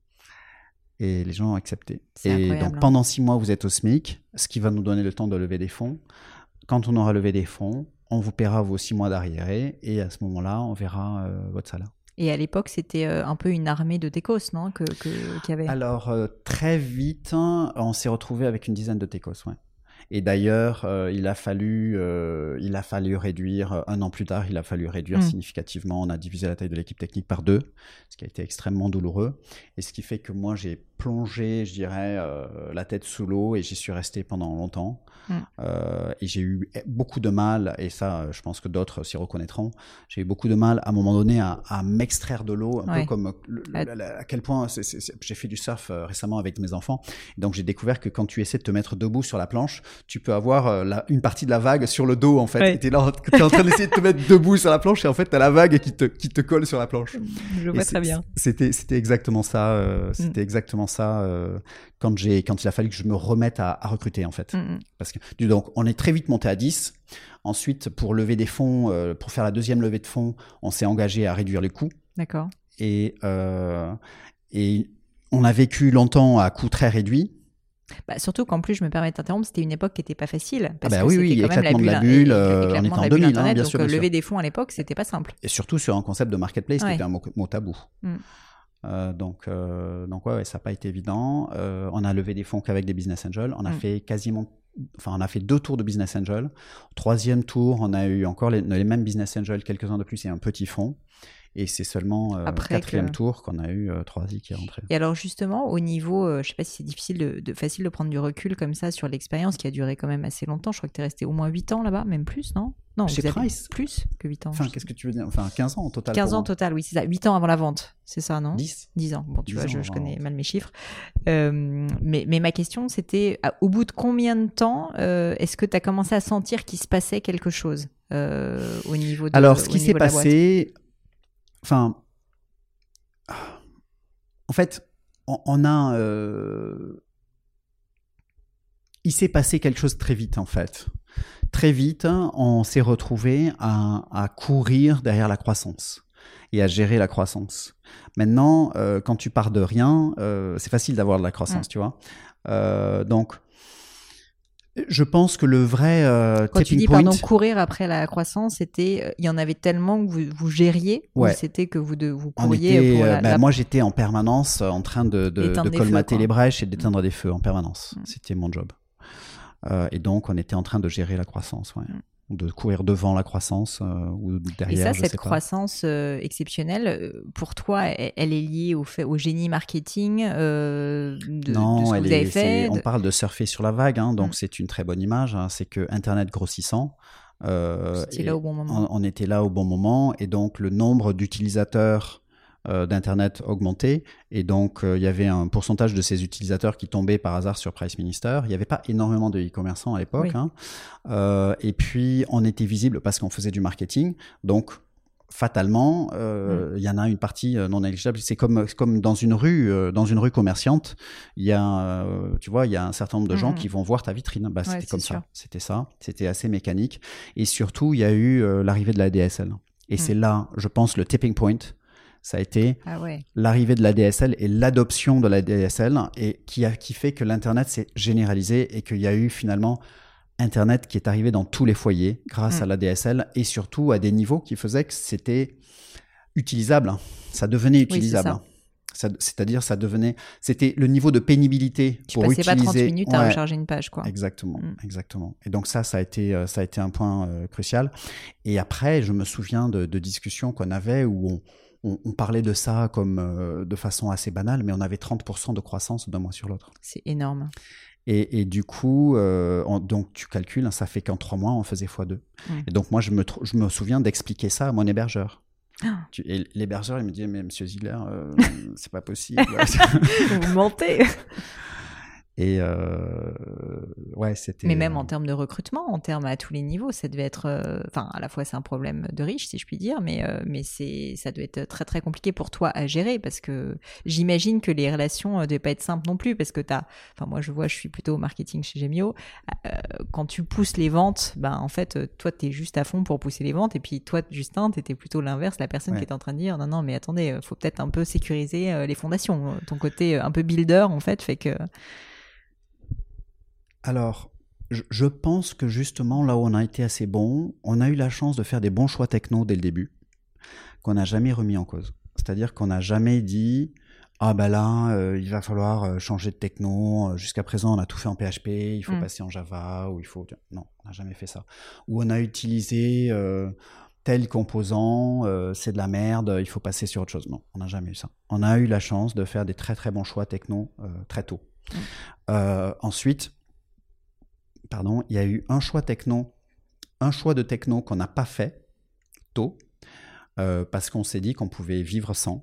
Et les gens ont accepté. C'est et donc, pendant six mois, vous êtes au SMIC, ce qui va nous donner le temps de lever des fonds. Quand on aura levé des fonds, on vous paiera vos six mois d'arriérés et à ce moment-là, on verra euh, votre salaire. Et à l'époque, c'était euh, un peu une armée de techos, non que, que, qu'il y avait. Alors, euh, très vite, on s'est retrouvé avec une dizaine de techos, ouais. Et d'ailleurs, euh, il a fallu, euh, il a fallu réduire, un an plus tard, il a fallu réduire mmh. significativement. On a divisé la taille de l'équipe technique par deux, ce qui a été extrêmement douloureux. Et ce qui fait que moi, j'ai plongé, je dirais, euh, la tête sous l'eau et j'y suis resté pendant longtemps. Mmh. Euh, et j'ai eu beaucoup de mal, et ça, je pense que d'autres s'y reconnaîtront, j'ai eu beaucoup de mal à un moment donné à, à m'extraire de l'eau, un ouais. peu comme le, le, à... à quel point c'est, c'est, c'est, j'ai fait du surf récemment avec mes enfants. Et donc, j'ai découvert que quand tu essaies de te mettre debout sur la planche, tu peux avoir euh, la, une partie de la vague sur le dos, en fait. Ouais. Et t'es là, t'es en train d'essayer de te mettre debout sur la planche et en fait, t'as la vague qui te, qui te colle sur la planche. Je vois très bien. C'était, c'était exactement ça, euh, c'était mm. exactement ça euh, quand j'ai, quand il a fallu que je me remette à, à recruter, en fait. Mm. Parce que, donc, on est très vite monté à dix. Ensuite, pour lever des fonds, euh, pour faire la deuxième levée de fonds, on s'est engagé à réduire les coûts. D'accord. Et, euh, et on a vécu longtemps à coûts très réduits. Bah, surtout qu'en plus, je me permets de t'interrompre, c'était une époque qui n'était pas facile. Parce ah bah que oui, c'était oui, quand même la bulle, de la bulle, euh, on était en deux mille, Internet, hein, bien donc sûr. Donc, lever des fonds à l'époque, c'était pas simple. Et surtout sur un concept de marketplace ouais. qui était un mot, mot tabou. Mm. Euh, donc, euh, donc ouais, ouais, ça n'a pas été évident. Euh, on a levé des fonds qu'avec des business angels. On a mm. fait quasiment, enfin, on a fait deux tours de business angels. Troisième tour, on a eu encore les, les mêmes business angels, quelques-uns de plus et un petit fonds. Et c'est seulement euh, Après quatrième que... tour qu'on a eu euh, trois i qui est rentré. Et alors justement, au niveau, euh, je ne sais pas si c'est difficile de, de, facile de prendre du recul comme ça sur l'expérience qui a duré quand même assez longtemps. Je crois que tu es resté au moins huit ans là-bas, même plus, non? Non, chez Price. Plus que huit ans. Enfin, qu'est-ce que tu veux dire? Enfin, quinze ans au total. quinze ans au total, oui, c'est ça. huit ans avant la vente, c'est ça, non? dix. dix ans. Bon, tu vois, je, je connais mal mes chiffres. Euh, mais, mais ma question, c'était, au bout de combien de temps euh, est-ce que tu as commencé à sentir qu'il se passait quelque chose euh, au niveau de Alors, ce qui s'est passé... Enfin... En fait, on, on a... Euh... Il s'est passé quelque chose très vite, en fait. Très vite, on s'est retrouvé à, à courir derrière la croissance et à gérer la croissance. Maintenant, euh, quand tu pars de rien, euh, c'est facile d'avoir de la croissance, mmh. tu vois. Euh, donc, je pense que le vrai euh, Quand tu dis point... pardon, courir après la croissance, c'était euh, il y en avait tellement que vous, vous gériez ouais. ou c'était que vous, de, vous couriez était, pour la, bah, la... Moi, j'étais en permanence en train de, de, de colmater feux, les brèches et d'éteindre mmh. des feux en permanence. Mmh. C'était mon job. Euh, et donc, on était en train de gérer la croissance, ouais. Mmh. de courir devant la croissance euh, ou derrière. Et ça, je cette sais pas. croissance euh, exceptionnelle, pour toi, elle, elle est liée au, fait, au génie marketing euh, de, non, de ce que elle vous avez est, fait de... On parle de surfer sur la vague, hein, donc mmh. c'est une très bonne image. Hein, c'est que Internet grossissant. Euh, C'était là au bon moment. On, on était là au bon moment, et donc le nombre d'utilisateurs euh, d'Internet augmentait, et donc il euh, y avait un pourcentage de ces utilisateurs qui tombaient par hasard sur Price Minister. Il n'y avait pas énormément de e-commerçants à l'époque, oui. hein, euh, et puis on était visible parce qu'on faisait du marketing, donc fatalement, euh, il mmh. y en a une partie non négligeable. C'est comme, comme dans une rue, euh, dans une rue commerçante, il y a, euh, tu vois, il y a un certain nombre de gens mmh. qui vont voir ta vitrine. Bah, c'était ouais, comme sûr. ça. C'était ça. C'était assez mécanique. Et surtout, il y a eu euh, l'arrivée de la D S L. Et mmh. c'est là, je pense, le tipping point. Ça a été ah ouais. l'arrivée de la D S L et l'adoption de la D S L et qui, a, qui fait que l'Internet s'est généralisé et qu'il y a eu finalement Internet qui est arrivé dans tous les foyers grâce mmh. à la D S L et surtout à des niveaux qui faisaient que c'était utilisable. Ça devenait utilisable. Oui, c'est ça. Ça, c'est-à-dire, ça devenait, c'était le niveau de pénibilité tu pour utiliser. Tu passais pas trente minutes ouais. à recharger une page, quoi. Exactement, mmh. exactement. Et donc ça, ça a été, ça a été un point euh, crucial. Et après, je me souviens de, de discussions qu'on avait où on, on, on parlait de ça comme euh, de façon assez banale, mais on avait trente pour cent de croissance d'un mois sur l'autre. C'est énorme. Et, et du coup, euh, on, donc tu calcules, hein, ça fait qu'en trois mois, on faisait fois deux. Mmh. Et donc moi, je me, je me souviens d'expliquer ça à mon hébergeur. Ah. Tu, et l'hébergeur, il me dit, mais monsieur Ziller, euh, c'est pas possible. Vous mentez. Et euh, ouais, c'était. Mais même en termes de recrutement, en termes à tous les niveaux, ça devait être. Enfin, euh, à la fois, c'est un problème de riche, si je puis dire, mais, euh, mais c'est, ça devait être très, très compliqué pour toi à gérer parce que j'imagine que les relations ne devaient pas être simples non plus parce que tu as. Enfin, moi, je vois, je suis plutôt au marketing chez Gemio. Euh, quand tu pousses les ventes, ben, en fait, toi, tu es juste à fond pour pousser les ventes. Et puis, toi, Justin, tu étais plutôt l'inverse, la personne ouais. qui est en train de dire non, non, mais attendez, il faut peut-être un peu sécuriser les fondations. Ton côté un peu builder, en fait, fait que. Alors, je, je pense que justement, là où on a été assez bon, on a eu la chance de faire des bons choix techno dès le début, qu'on n'a jamais remis en cause. C'est-à-dire qu'on n'a jamais dit « Ah ben là, euh, il va falloir changer de techno, jusqu'à présent on a tout fait en P H P, il faut mmh. passer en Java, ou il faut… » Non, on n'a jamais fait ça. Ou on a utilisé euh, tel composant, euh, c'est de la merde, il faut passer sur autre chose. Non, on n'a jamais eu ça. On a eu la chance de faire des très très bons choix techno euh, très tôt. Mmh. Euh, ensuite, Pardon, il y a eu un choix techno, un choix de techno qu'on n'a pas fait tôt, euh, parce qu'on s'est dit qu'on pouvait vivre sans.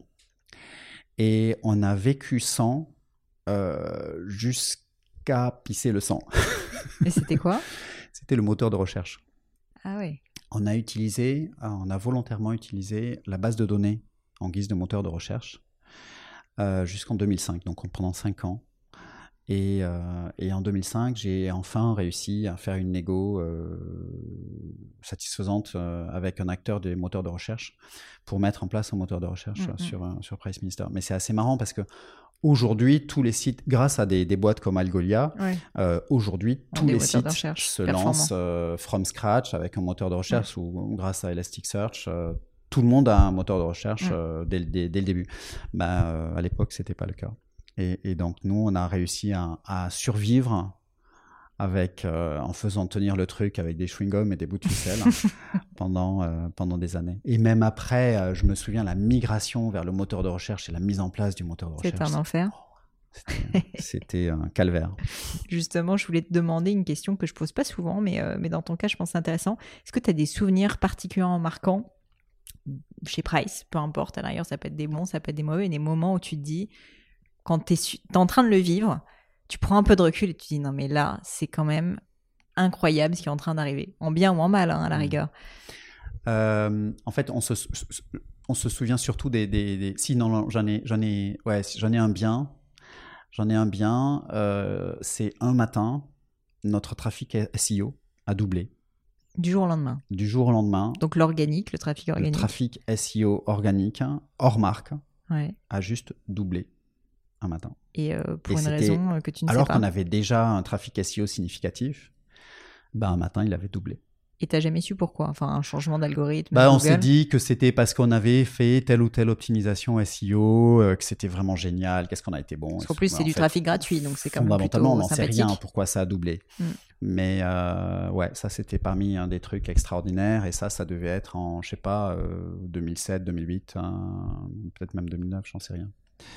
Et on a vécu sans euh, jusqu'à pisser le sang. Et c'était quoi ? C'était le moteur de recherche. Ah oui. On a utilisé, on a volontairement utilisé la base de données en guise de moteur de recherche euh, jusqu'en deux mille cinq, donc pendant cinq ans. Et, euh, et en deux mille cinq, j'ai enfin réussi à faire une négo euh, satisfaisante euh, avec un acteur des moteurs de recherche pour mettre en place un moteur de recherche mmh, sur, mmh. sur Price Minister. Mais c'est assez marrant parce que aujourd'hui, tous les sites, grâce à des, des boîtes comme Algolia, ouais. euh, aujourd'hui, On tous les sites se lancent euh, from scratch avec un moteur de recherche mmh. ou, ou grâce à Elasticsearch. Euh, tout le monde a un moteur de recherche mmh. euh, dès, dès, dès le début. Bah, euh, à l'époque, ce n'était pas le cas. Et, et donc, nous, on a réussi à, à survivre avec, euh, en faisant tenir le truc avec des chewing-gums et des bouts de ficelle pendant, euh, pendant des années. Et même après, euh, je me souviens, la migration vers le moteur de recherche et la mise en place du moteur de recherche. C'est un enfer. C'était, c'était un calvaire. Justement, je voulais te demander une question que je pose pas souvent, mais, euh, mais dans ton cas, je pense que c'est intéressant. Est-ce que tu as des souvenirs particulièrement marquants chez Price, peu importe, à l'arrière, ça peut être des bons, ça peut être des mauvais, et des moments où tu te dis... Quand tu es en train de le vivre, tu prends un peu de recul et tu te dis non mais là, c'est quand même incroyable ce qui est en train d'arriver, en bien ou en mal, hein, à la rigueur. Euh, en fait, on se, on se souvient surtout des... des, des... Si, non, j'en ai, j'en ai, ouais, j'en ai un bien. J'en ai un bien. Euh, c'est un matin, notre trafic S E O a doublé. Du jour au lendemain. Du jour au lendemain. Donc l'organique, le trafic organique. Le trafic S E O organique, hors marque, ouais. a juste doublé. Un matin. Et euh, pour et une raison que tu ne sais pas. Alors qu'on avait déjà un trafic S E O significatif, bah, un matin, il avait doublé. Et tu n'as jamais su pourquoi ? Enfin, un changement d'algorithme bah, on s'est dit que c'était parce qu'on avait fait telle ou telle optimisation S E O, euh, que c'était vraiment génial, qu'est-ce qu'on a été bon. Parce qu'en plus, c'est du fait, trafic gratuit, donc c'est quand même plutôt fondamentalement, on n'en sympathique. sait rien pourquoi ça a doublé. Mm. Mais euh, ouais, ça, c'était parmi un des trucs extraordinaires. Et ça, ça devait être en, je sais pas, euh, deux mille sept, deux mille huit, hein, peut-être même deux mille neuf, j'en sais rien.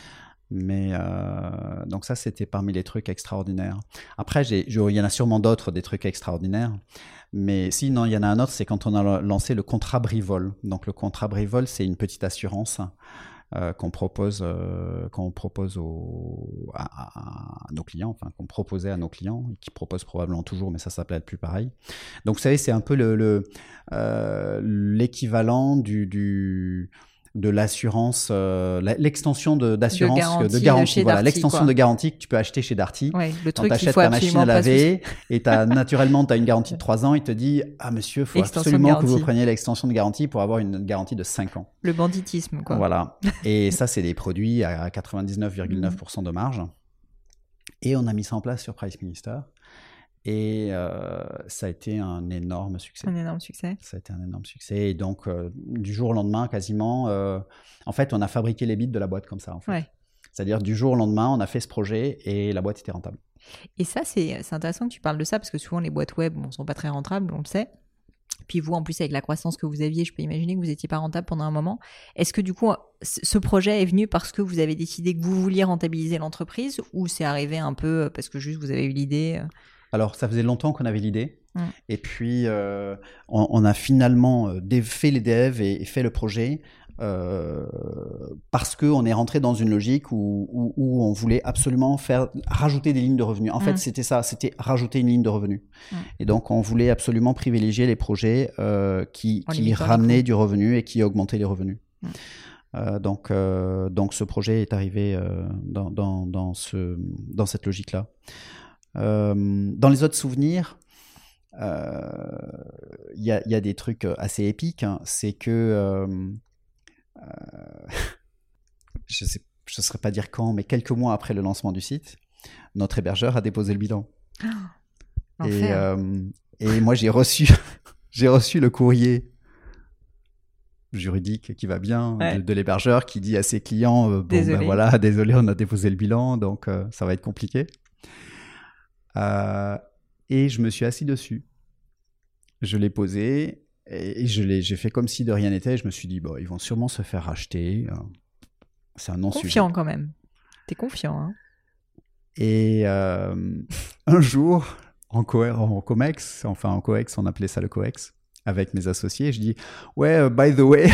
Mais euh, donc ça, c'était parmi les trucs extraordinaires. Après, j'ai, il y en a sûrement d'autres, des trucs extraordinaires. Mais si, non, il y en a un autre, c'est quand on a lancé le contrat Brivol. Donc le contrat Brivol, c'est une petite assurance euh, qu'on propose, euh, qu'on propose aux, à, à, à nos clients, enfin qu'on proposait à nos clients, et qui proposent probablement toujours, mais ça, ça peut être plus pareil. Donc, vous savez, c'est un peu le, le, euh, l'équivalent du... du de l'assurance, euh, l'extension de, d'assurance, de garantie, de garantie voilà, Darty, l'extension quoi. de garantie que tu peux acheter chez Darty. Ouais, le quand truc tu achètes ta machine à laver et t'as, naturellement tu as une garantie de trois ans, il te dit « Ah monsieur, il faut extension absolument que vous preniez l'extension de garantie pour avoir une garantie de cinq ans. » Le banditisme, quoi. Voilà. Et ça, c'est des produits à quatre-vingt-dix-neuf virgule neuf pour cent de marge. Et on a mis ça en place sur Price Minister. Et euh, ça a été un énorme succès. Un énorme succès. Ça a été un énorme succès. Et donc, euh, du jour au lendemain, quasiment, euh, en fait, on a fabriqué les bits de la boîte comme ça. En fait. Ouais. C'est-à-dire, du jour au lendemain, on a fait ce projet et la boîte était rentable. Et ça, c'est, c'est intéressant que tu parles de ça parce que souvent, les boîtes web ne sont pas très rentables, on le sait. Puis vous, en plus, avec la croissance que vous aviez, je peux imaginer que vous n'étiez pas rentable pendant un moment. Est-ce que du coup, ce projet est venu parce que vous avez décidé que vous vouliez rentabiliser l'entreprise ou c'est arrivé un peu parce que juste vous avez eu l'idée ? Alors, ça faisait longtemps qu'on avait l'idée. Mmh. Et puis, euh, on, on a finalement fait les devs et, et fait le projet euh, parce qu'on est rentré dans une logique où, où, où on voulait absolument faire, rajouter des lignes de revenus. En mmh. fait, c'était ça, c'était rajouter une ligne de revenus. Mmh. Et donc, on voulait absolument privilégier les projets euh, qui, qui ramenaient du revenu et qui augmentaient les revenus. Mmh. Euh, donc, euh, donc, ce projet est arrivé euh, dans, dans, dans, ce, dans cette logique-là. Euh, dans les autres souvenirs, il euh, y, y a des trucs assez épiques. Hein. C'est que, euh, euh, je ne je saurais pas dire quand, mais quelques mois après le lancement du site, notre hébergeur a déposé le bilan. Oh, et, euh, et moi, j'ai reçu, j'ai reçu le courrier juridique qui va bien ouais. de, de l'hébergeur qui dit à ses clients euh, bon, ben voilà, désolé, on a déposé le bilan, donc euh, ça va être compliqué. Euh, et je me suis assis dessus. Je l'ai posé et je l'ai, j'ai fait comme si de rien n'était. Je me suis dit, bon, ils vont sûrement se faire racheter. C'est un non-sujet. Confiant quand même. T'es confiant, hein. Et euh, un jour, en, co- en COMEX, enfin en COEX, on appelait ça le COEX, avec mes associés, je dis, ouais, uh, by the way...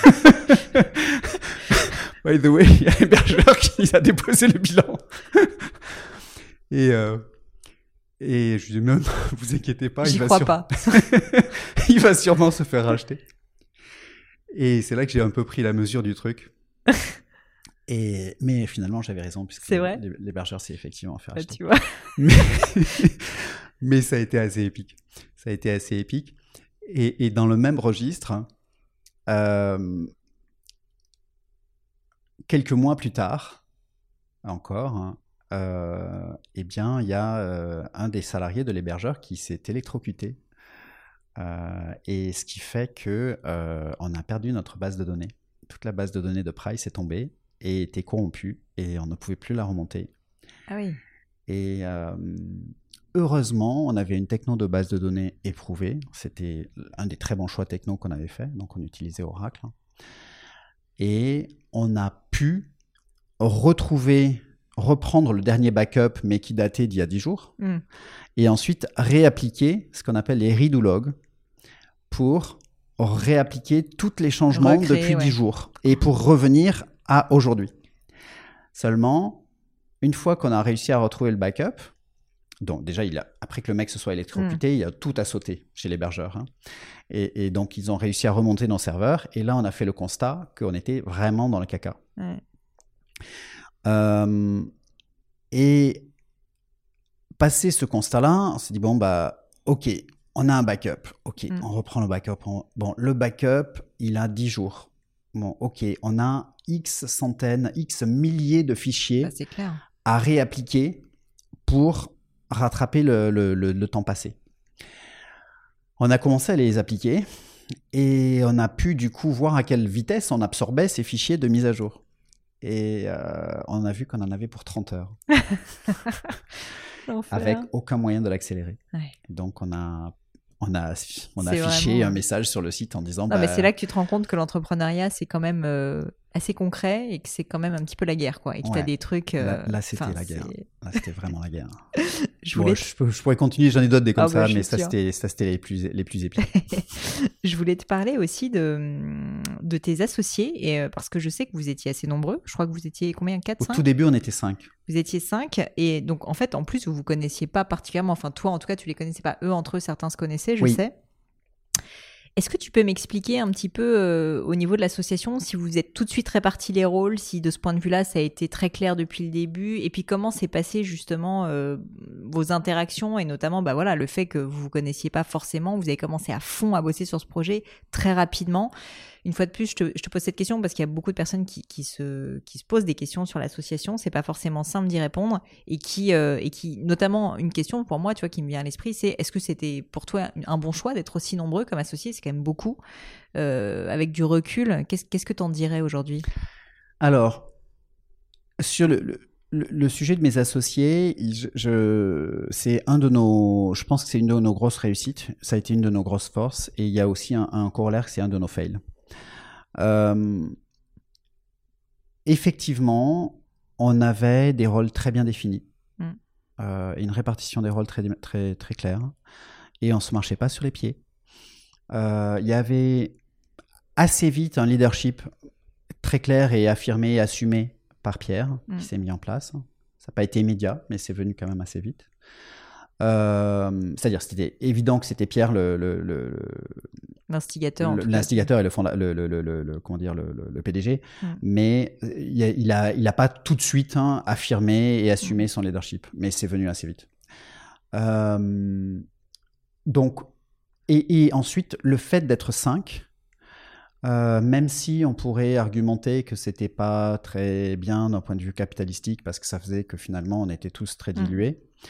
by the way, il y a l'hébergeur qui a déposé le bilan. et... Euh, Et je lui dis, non, non, vous inquiétez pas. J'y il va crois sur... pas. il va sûrement se faire racheter. Et c'est là que j'ai un peu pris la mesure du truc. Et... Mais finalement, j'avais raison, puisque c'est vrai l'hébergeur s'est effectivement fait racheter. Tu vois. Mais... Mais ça a été assez épique. Ça a été assez épique. Et, et dans le même registre, euh... quelques mois plus tard, encore, hein, Euh, eh bien, il y a euh, un des salariés de l'hébergeur qui s'est électrocuté. Euh, et ce qui fait qu'on euh, a perdu notre base de données. Toute la base de données de Price est tombée et était corrompue et on ne pouvait plus la remonter. Ah oui. Et euh, heureusement, on avait une techno de base de données éprouvée. C'était un des très bons choix techno qu'on avait fait. Donc, on utilisait Oracle. Et on a pu retrouver... reprendre le dernier backup, mais qui datait d'il y a dix jours, mm. et ensuite réappliquer ce qu'on appelle les redo logs pour réappliquer tous les changements Recréer, depuis ouais. dix jours et pour revenir à aujourd'hui. Seulement, une fois qu'on a réussi à retrouver le backup, donc déjà, il a, après que le mec se soit électrocuté, mm. il a tout à sauter chez l'hébergeur. Hein. Et, et donc, ils ont réussi à remonter nos serveurs. Et là, on a fait le constat qu'on était vraiment dans le caca. Ouais. Euh, et passé ce constat-là, on s'est dit, bon, bah, ok, on a un backup. Ok, mm. on reprend le backup. On... Bon, le backup, il a dix jours. Bon, ok, on a X centaines, X milliers de fichiers bah, c'est clair. à réappliquer pour rattraper le, le, le, le temps passé. On a commencé à les appliquer et on a pu du coup voir à quelle vitesse on absorbait ces fichiers de mise à jour. Et euh, on a vu qu'on en avait pour trente heures. Avec aucun moyen de l'accélérer. Ouais. Donc on a, on a, on a affiché vraiment... un message sur le site en disant... Non, bah... mais c'est là que tu te rends compte que l'entrepreneuriat, c'est quand même euh, assez concret et que c'est quand même un petit peu la guerre, quoi. Et que ouais. tu as des trucs... Euh... Là, là c'était la guerre. C'est... Là, c'était vraiment la guerre. Je, voulais bon, te... je, peux, je pourrais continuer, j'en ai d'autres des comme ah, ça, bah, mais ça c'était, ça, c'était les plus, les plus épiques. Je voulais te parler aussi de, de tes associés, et, euh, parce que je sais que vous étiez assez nombreux. Je crois que vous étiez combien, quatre, cinq ? Au tout début, on était cinq. Vous étiez cinq, et donc en fait, en plus, vous ne vous connaissiez pas particulièrement. Enfin, toi, en tout cas, tu ne les connaissais pas. Eux, entre eux, certains se connaissaient, je oui. sais. Est-ce que tu peux m'expliquer un petit peu euh, au niveau de l'association, si vous êtes tout de suite répartis les rôles, si de ce point de vue-là, ça a été très clair depuis le début, et puis comment s'est passé justement euh, vos interactions, et notamment bah, voilà, le fait que vous ne vous connaissiez pas forcément, vous avez commencé à fond à bosser sur ce projet très rapidement. Une fois de plus, je te, je te pose cette question parce qu'il y a beaucoup de personnes qui, qui, se, qui se posent des questions sur l'association. C'est pas forcément simple d'y répondre et qui, euh, et qui, notamment, une question pour moi, tu vois, qui me vient à l'esprit, c'est est-ce que c'était pour toi un bon choix d'être aussi nombreux comme associés ? C'est quand même beaucoup. Euh, avec du recul, qu'est-ce, qu'est-ce que t'en dirais aujourd'hui ? Alors, sur le, le, le sujet de mes associés, je, je, c'est un de nos, je pense que c'est une de nos grosses réussites. Ça a été une de nos grosses forces. Et il y a aussi un, un corollaire, c'est un de nos fails. Euh, effectivement, on avait des rôles très bien définis, mm. euh, une répartition des rôles très, très, très claire, et on ne se marchait pas sur les pieds. Euh, il y avait assez vite un leadership très clair et affirmé et assumé par Pierre, mm. qui s'est mis en place. Ça n'a pas été immédiat, mais c'est venu quand même assez vite. Euh, c'est-à-dire, c'était évident que c'était Pierre le, le, le, l'instigateur, le, l'instigateur et le, fonda, le, le, le, le, comment dire, le, le, le P D G, mm. mais il a, il a, il a pas tout de suite hein, affirmé et assumé mm. son leadership, mais c'est venu assez vite. Euh, donc, et, et ensuite, le fait d'être cinq, euh, même si on pourrait argumenter que c'était pas très bien d'un point de vue capitalistique, parce que ça faisait que finalement on était tous très dilués. Mm.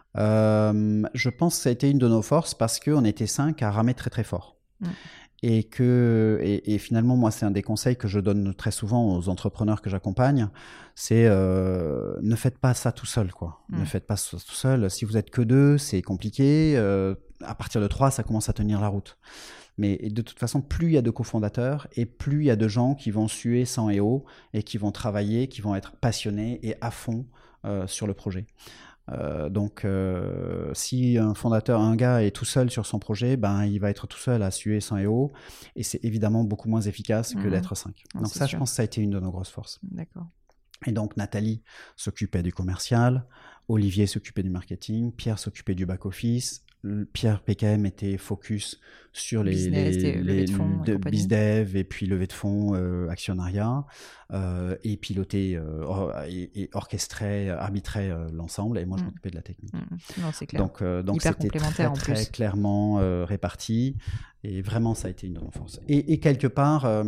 Euh, je pense que ça a été une de nos forces parce qu'on était cinq à ramer très très fort. Mm. Et, que, et, et finalement, moi, c'est un des conseils que je donne très souvent aux entrepreneurs que j'accompagne, c'est euh, ne faites pas ça tout seul, quoi. Mm. Ne faites pas ça tout seul. Si vous êtes que deux, c'est compliqué. Euh, à partir de trois, ça commence à tenir la route. Mais de toute façon, plus il y a de cofondateurs et plus il y a de gens qui vont suer sang et eau et qui vont travailler, qui vont être passionnés et à fond euh, sur le projet. Euh, donc, euh, si un fondateur, un gars est tout seul sur son projet, ben il va être tout seul à suer sang et eau, et c'est évidemment beaucoup moins efficace que mmh. d'être cinq. Oh, donc ça, sûr. Je pense que ça a été une de nos grosses forces. D'accord. Et donc Nathalie s'occupait du commercial, Olivier s'occupait du marketing, Pierre s'occupait du back office. Pierre P K M était focus sur les, business, les, les de fonds, de bizdev et puis levée de fonds, euh, actionnariat, euh, et piloter euh, or, et, et orchestrer, arbitrer euh, l'ensemble. Et moi, je mmh. m'occupais de la technique. Mmh. Non, c'est clair. Donc, euh, donc Hyper c'était complémentaire très, en très plus. clairement euh, réparti. Et vraiment, ça a été une de nos forces. Et, et quelque part... Euh,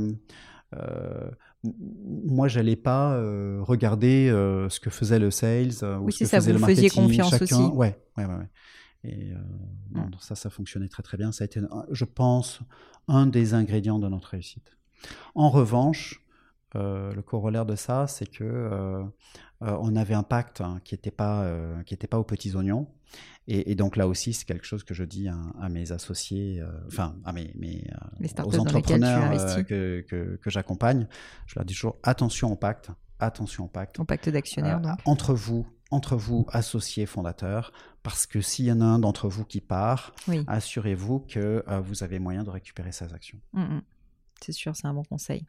euh, moi, j'allais pas euh, regarder euh, ce que faisait le sales euh, ou oui, ce que ça, faisait vous le marketing. Faisiez confiance chacun, aussi. Ouais, ouais, ouais. ouais. Et euh, non, mm. ça, ça fonctionnait très très bien. Ça a été, je pense, un des ingrédients de notre réussite. En revanche, euh, le corollaire de ça, c'est que euh, euh, on avait un pacte hein, qui n'était pas euh, qui était pas aux petits oignons. Et, et donc là aussi, c'est quelque chose que je dis à, à mes associés, euh, enfin à mes, mes euh, aux entrepreneurs euh, que, que, que j'accompagne. Je leur dis toujours attention au pacte, attention au pacte. Au pacte d'actionnaires, euh, donc. Entre vous, entre vous, associés, fondateurs, parce que s'il y en a un d'entre vous qui part, oui. assurez-vous que euh, vous avez moyen de récupérer ces actions. Mmh, c'est sûr, c'est un bon conseil.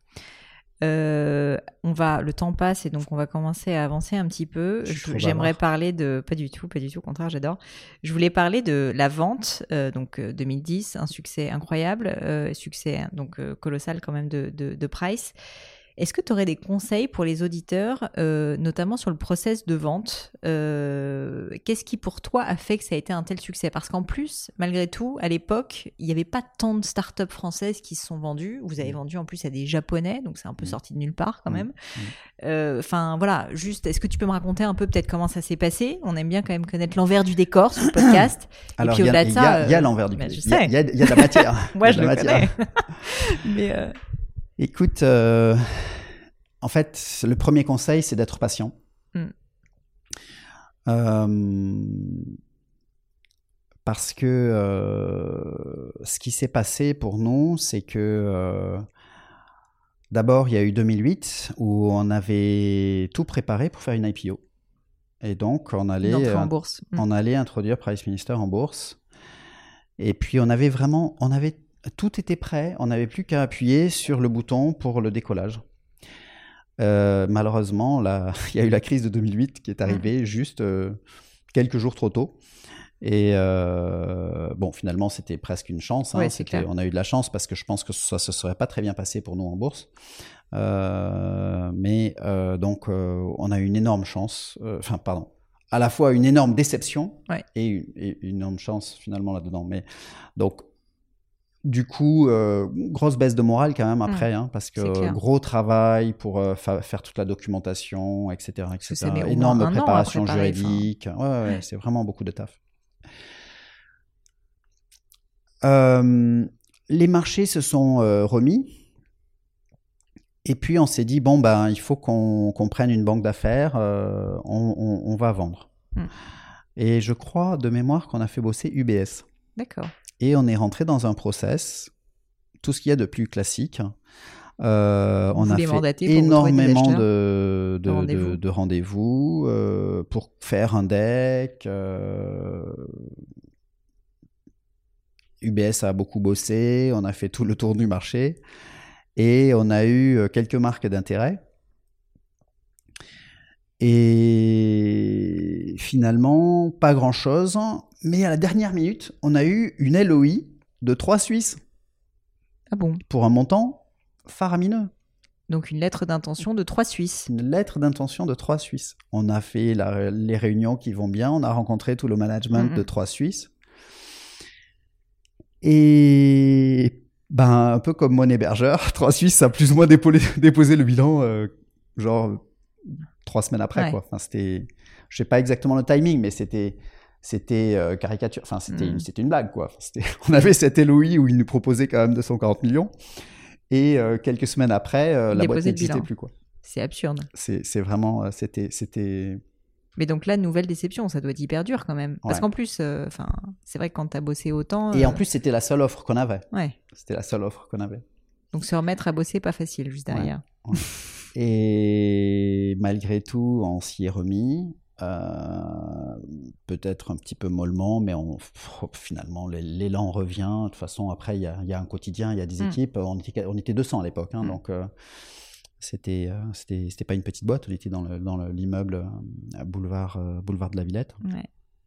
Euh, on va, le temps passe et donc on va commencer à avancer un petit peu. Je, j'aimerais parler de, pas du tout, pas du tout, au contraire, j'adore. Je voulais parler de la vente, euh, donc deux mille dix, un succès incroyable, euh, succès donc euh, colossal quand même de, de, de Price. Est-ce que tu aurais des conseils pour les auditeurs, euh, notamment sur le process de vente euh, qu'est-ce qui, pour toi, a fait que ça a été un tel succès ? Parce qu'en plus, malgré tout, à l'époque, il n'y avait pas tant de startups françaises qui se sont vendues. Vous avez vendu en plus à des Japonais, donc c'est un peu sorti de nulle part quand même. Enfin, euh, voilà, juste, est-ce que tu peux me raconter un peu peut-être comment ça s'est passé ? On aime bien quand même connaître l'envers du décor sur le podcast. Alors, il y, euh, y, y a l'envers du décor. Il y, y, y a de la matière. Moi, je le connais. Mais... Euh... Écoute, euh, en fait, le premier conseil, c'est d'être patient. Mm. Euh, parce que euh, ce qui s'est passé pour nous, c'est que euh, d'abord, il y a eu deux mille huit où on avait tout préparé pour faire une I P O. Et donc, on allait, Une entrée en bourse. on mmh. allait introduire Price Minister en bourse. Et puis, on avait vraiment, on avait, tout était prêt. On n'avait plus qu'à appuyer sur le bouton pour le décollage. Euh, malheureusement, là, il y a eu la crise de deux mille huit qui est arrivée mmh. juste euh, quelques jours trop tôt. Et euh, bon, finalement, c'était presque une chance. Hein. Ouais, c'était, on a eu de la chance parce que je pense que ça ne se serait pas très bien passé pour nous en bourse. Euh, mais euh, donc, euh, on a eu une énorme chance. Enfin, euh, pardon. À la fois une énorme déception ouais. et, une, et une énorme chance finalement là-dedans. Mais donc, du coup, euh, grosse baisse de morale quand même après, mmh. hein, parce que gros travail pour euh, fa- faire toute la documentation, et cetera, et cetera. Énorme préparation juridique. Ouais, ouais, ouais, ouais. C'est vraiment beaucoup de taf. Euh, les marchés se sont euh, remis. Et puis, on s'est dit, bon, ben, il faut qu'on, qu'on prenne une banque d'affaires, euh, on, on, on va vendre. Mm. Et je crois, de mémoire, qu'on a fait bosser U B S. D'accord. Et on est rentré dans un process, tout ce qu'il y a de plus classique. Euh, on a fait énormément de, de, de rendez-vous, de, de rendez-vous euh, pour faire un deck. Euh, U B S a beaucoup bossé, on a fait tout le tour du marché. Et on a eu quelques marques d'intérêt. Et finalement, pas grand-chose. Mais à la dernière minute, on a eu une L O I de trois Suisses. Ah bon ? Pour un montant faramineux. Donc une lettre d'intention de trois Suisses. Une lettre d'intention de trois Suisses. On a fait la, les réunions qui vont bien. On a rencontré tout le management mmh. de trois Suisses. Et... Ben, un peu comme mon hébergeur, trois Suisses a plus ou moins déposé, déposé le bilan, euh, genre trois semaines après, ouais. quoi. Enfin, c'était, je sais pas exactement le timing, mais c'était, c'était euh, caricature. Enfin, c'était, mmh. c'était une blague, quoi. Enfin, c'était, on avait cet L O I où il nous proposait quand même deux cent quarante millions, et euh, quelques semaines après, euh, la boîte n'existait plus, quoi. C'est absurde. C'est, c'est vraiment, euh, c'était, c'était. Mais donc là, nouvelle déception, ça doit être hyper dur quand même. Parce ouais. qu'en plus, euh, c'est vrai que quand tu as bossé autant... Et euh... en plus, c'était la seule offre qu'on avait. Ouais. C'était la seule offre qu'on avait. Donc se remettre à bosser, pas facile, juste derrière. Ouais. Ouais. Et malgré tout, on s'y est remis. Euh, peut-être un petit peu mollement, mais on, finalement, l'élan revient. De toute façon, après, il y a, y a un quotidien, il y a des mm. équipes. On était, on était deux cents à l'époque, hein, mm. donc... Euh, C'était, euh, c'était, c'était pas une petite boîte, on était dans, le, dans le, l'immeuble euh, boulevard, euh, boulevard de la Villette. Ouais.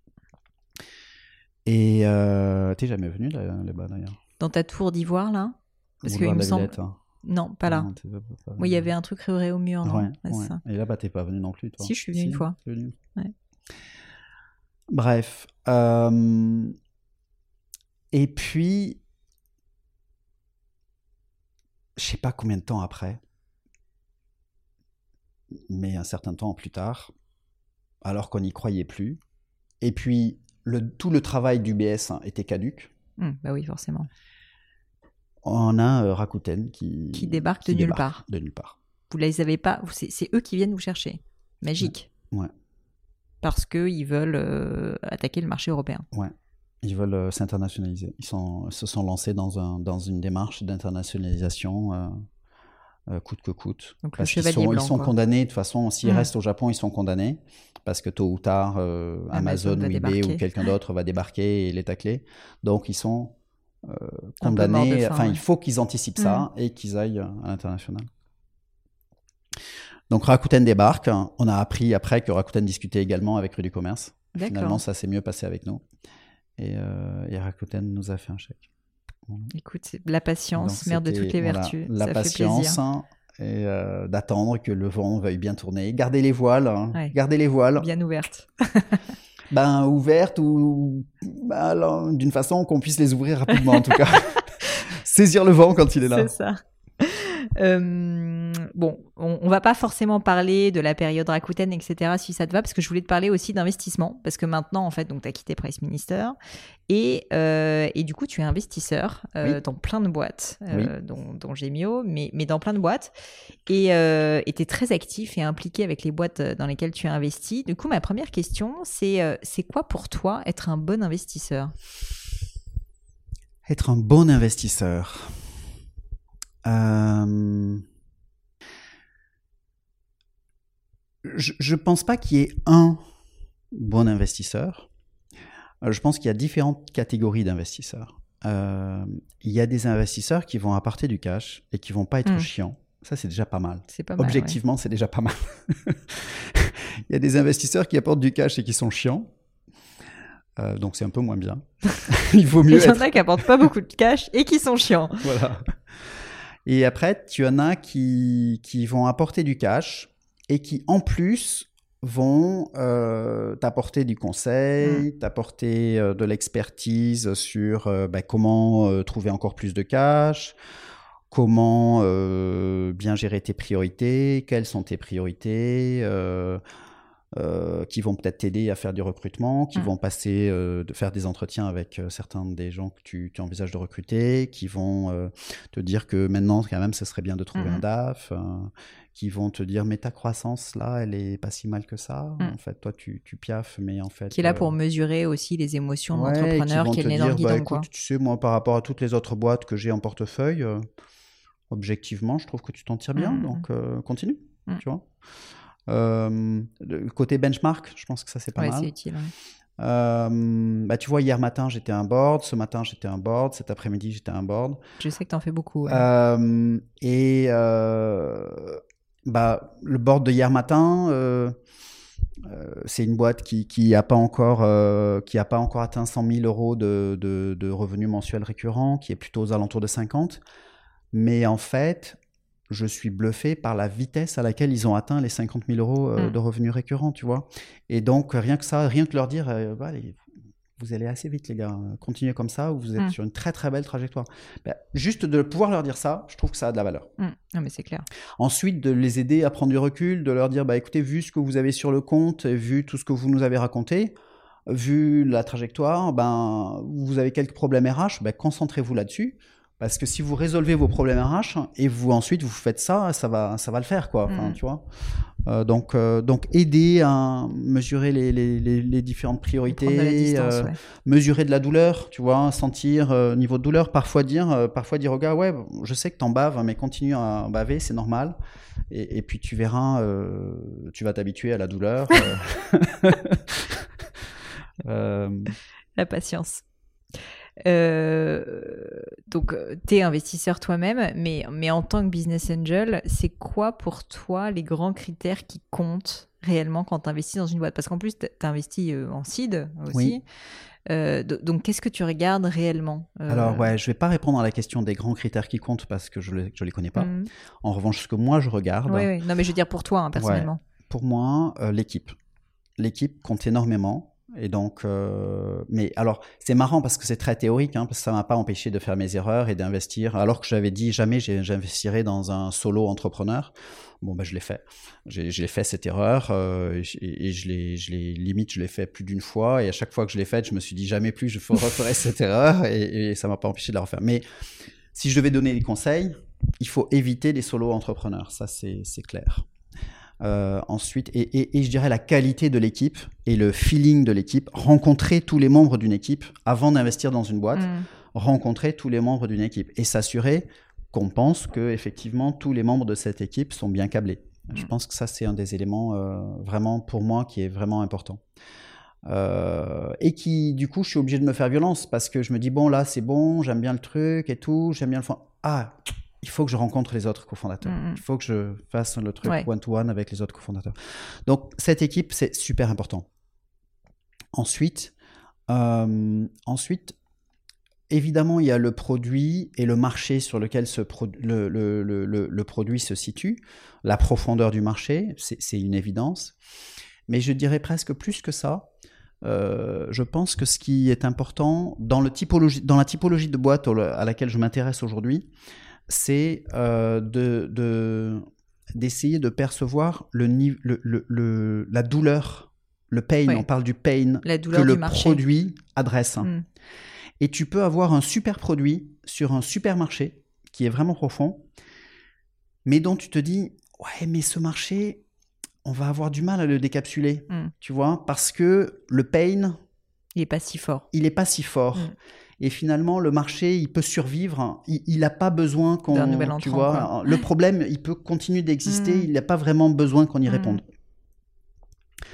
Et euh, t'es jamais venu là, là-bas d'ailleurs ? Dans ta tour d'ivoire là ? Parce boulevard que, de il la me Villette. Semble... Hein. Non, pas là. Oui, il y avait un truc réoré au mur, non ? Ouais, ouais, ouais. Ça. Et là-bas, t'es pas venu non plus, toi ? Si, je suis venue si, une fois. Venu. Ouais. Bref. Euh... Et puis, je sais pas combien de temps après, mais un certain temps plus tard, alors qu'on n'y croyait plus. Et puis, le, tout le travail d'U B S hein, était caduc. Mmh, bah oui, forcément. On a euh, Rakuten qui, qui débarque qui de nulle part. De nulle part. Vous les avez pas, c'est, c'est eux qui viennent vous chercher. Magique. Ouais. ouais. Parce qu'ils veulent euh, attaquer le marché européen. Ouais. Ils veulent euh, s'internationaliser. Ils sont, se sont lancés dans, un, dans une démarche d'internationalisation. Euh, Euh, coûte que coûte. Donc parce le chevalier qu'ils sont, blanc, ils sont quoi. condamnés, de toute façon, s'ils mmh. restent au Japon, ils sont condamnés, parce que tôt ou tard, euh, Amazon, Amazon ou eBay débarquer. Ou quelqu'un d'autre va débarquer et les tacler. Donc ils sont euh, condamnés, enfin ouais. il faut qu'ils anticipent mmh. ça et qu'ils aillent à l'international. Donc Rakuten débarque, on a appris après que Rakuten discutait également avec Rue du Commerce. D'accord. Finalement, ça s'est mieux passé avec nous. Et, euh, et Rakuten nous a fait un chèque. Écoute, c'est la patience, Donc, mère de toutes les voilà, vertus. La ça patience fait hein, et euh, d'attendre que le vent veuille bien tourner. Gardez les voiles, hein, ouais. gardez les voiles. Bien ouvertes. ben, ouvertes ou ben, alors, d'une façon qu'on puisse les ouvrir rapidement en tout cas. Saisir le vent quand il est là. C'est ça. Euh, bon, on, on va pas forcément parler de la période Rakuten, et cetera, si ça te va, parce que je voulais te parler aussi d'investissement, parce que maintenant, en fait, donc, tu as quitté Price Minister, et, euh, et du coup, tu es investisseur euh, oui. dans plein de boîtes, euh, oui. dont, dont Gemio, mais, mais dans plein de boîtes, et euh, tu es très actif et impliqué avec les boîtes dans lesquelles tu as investi. Du coup, ma première question, c'est, euh, c'est quoi pour toi être un bon investisseur ? Être un bon investisseur Euh... Je, je pense pas qu'il y ait un bon investisseur. Euh, je pense qu'il y a différentes catégories d'investisseurs. Euh, il y a des investisseurs qui vont apporter du cash et qui vont pas être mmh. chiants. Ça, c'est déjà pas mal. C'est pas mal. Objectivement, ouais. c'est déjà pas mal. Il y a des investisseurs qui apportent du cash et qui sont chiants. Euh, donc, c'est un peu moins bien. Il vaut mieux. Il y en être... a qui apportent pas beaucoup de cash et qui sont chiants. Voilà. Et après, tu en as qui, qui vont apporter du cash et qui, en plus, vont euh, t'apporter du conseil, mmh. t'apporter euh, de l'expertise sur euh, bah, comment euh, trouver encore plus de cash, comment euh, bien gérer tes priorités, quelles sont tes priorités, euh, euh, qui vont peut-être t'aider à faire du recrutement, qui mmh. vont passer, euh, de faire des entretiens avec euh, certains des gens que tu, tu envisages de recruter, qui vont euh, te dire que maintenant, quand même, ce serait bien de trouver mmh. un D A F, euh, qui vont te dire, mais ta croissance, là, elle est pas si mal que ça. Mmh. En fait, toi, tu, tu piaffes, mais en fait... Qui est là euh... pour mesurer aussi les émotions ouais, de l'entrepreneur, qui est l'énorme guidon, bah, écoute, quoi. Tu sais, moi, par rapport à toutes les autres boîtes que j'ai en portefeuille, euh, objectivement, je trouve que tu t'en tires bien, mmh. donc euh, continue, mmh. tu vois. Euh, le côté benchmark, je pense que ça, c'est pas ouais, mal. C'est utile, ouais. Euh, bah, tu vois, hier matin, j'étais à un board. Ce matin, j'étais à un board. Cet après-midi, j'étais à un board. Je sais que tu en fais beaucoup. Ouais. Euh, et euh, bah, le board de hier matin, euh, euh, c'est une boîte qui qui n'a pas encore euh, qui a pas encore atteint cent mille euros de, de, de revenus mensuels récurrents, qui est plutôt aux alentours de cinquante. Mais en fait, je suis bluffé par la vitesse à laquelle ils ont atteint les cinquante mille euros euh, mmh. de revenus récurrents, tu vois. Et donc, rien que ça, rien que leur dire, euh, bah, allez, vous allez assez vite, les gars, continuez comme ça, vous êtes mmh. sur une très, très belle trajectoire. Bah, juste de pouvoir leur dire ça, je trouve que ça a de la valeur. Mmh. Non, mais c'est clair. Ensuite, de les aider à prendre du recul, de leur dire, bah, écoutez, vu ce que vous avez sur le compte, et vu tout ce que vous nous avez raconté, vu la trajectoire, ben, vous avez quelques problèmes R H, ben, concentrez-vous là-dessus. Parce que si vous résolvez vos problèmes R H et vous ensuite vous faites ça, ça va, ça va le faire, quoi. Enfin, mmh. tu vois. Euh, donc, euh, donc aider à mesurer les, les, les, les différentes priorités, prendre de la distance, euh, ouais. mesurer de la douleur, tu vois, sentir euh, niveau de douleur. Parfois dire, euh, parfois dire au gars, ouais, je sais que t'en baves, mais continue à baver, c'est normal. Et, et puis tu verras, euh, tu vas t'habituer à la douleur. euh... euh... La patience. Euh, donc, tu es investisseur toi-même, mais, mais en tant que business angel, c'est quoi pour toi les grands critères qui comptent réellement quand tu investis dans une boîte? Parce qu'en plus, tu as investi en seed aussi. Oui. Euh, donc, qu'est-ce que tu regardes réellement? euh... Alors, ouais, je vais pas répondre à la question des grands critères qui comptent parce que je les, je les connais pas. Mmh. En revanche, ce que moi, je regarde... Oui, oui. Non, mais je veux dire pour toi, hein, personnellement. Ouais, pour moi, euh, l'équipe. L'équipe compte énormément. Et donc, euh, mais alors, c'est marrant parce que c'est très théorique, hein, parce que ça m'a pas empêché de faire mes erreurs et d'investir. Alors que j'avais dit jamais j'investirais dans un solo entrepreneur. Bon, ben je l'ai fait. J'ai, j'ai fait cette erreur euh, et, et je l'ai, je l'ai limite, je l'ai fait plus d'une fois. Et à chaque fois que je l'ai faite, je me suis dit jamais plus je referai cette erreur et, et ça m'a pas empêché de la refaire. Mais si je devais donner des conseils, il faut éviter les solo entrepreneurs. Ça, c'est, c'est clair. Euh, ensuite, et, et, et je dirais la qualité de l'équipe et le feeling de l'équipe, rencontrer tous les membres d'une équipe avant d'investir dans une boîte, mmh. rencontrer tous les membres d'une équipe et s'assurer qu'on pense que effectivement tous les membres de cette équipe sont bien câblés. Mmh. Je pense que ça c'est un des éléments euh, vraiment pour moi qui est vraiment important. Euh, et qui du coup je suis obligé de me faire violence parce que je me dis bon là c'est bon, j'aime bien le truc et tout, j'aime bien le fond. Ah il faut que je rencontre les autres cofondateurs. Mmh. Il faut que je fasse le truc ouais. one-to-one avec les autres cofondateurs. Donc, cette équipe, c'est super important. Ensuite, euh, ensuite, évidemment, il y a le produit et le marché sur lequel ce pro- le, le, le, le, le produit se situe. La profondeur du marché, c'est, c'est une évidence. Mais je dirais presque plus que ça. Euh, je pense que ce qui est important dans, le typologie, dans la typologie de boîte à laquelle je m'intéresse aujourd'hui, c'est euh, de, de, d'essayer de percevoir le, le, le, le, la douleur, le pain, oui. on parle du pain que le marché. Produit adresse. Mm. Et tu peux avoir un super produit sur un super marché qui est vraiment profond, mais dont tu te dis, ouais, mais ce marché, on va avoir du mal à le décapsuler, mm. tu vois, parce que le pain... Il n'est pas si fort. Il n'est pas si fort. Mm. Et finalement, le marché, il peut survivre. Il n'a pas besoin qu'on... D'un nouvel entrant, tu vois, quoi. Le problème, il peut continuer d'exister. Mmh. Il n'a pas vraiment besoin qu'on y réponde. Mmh.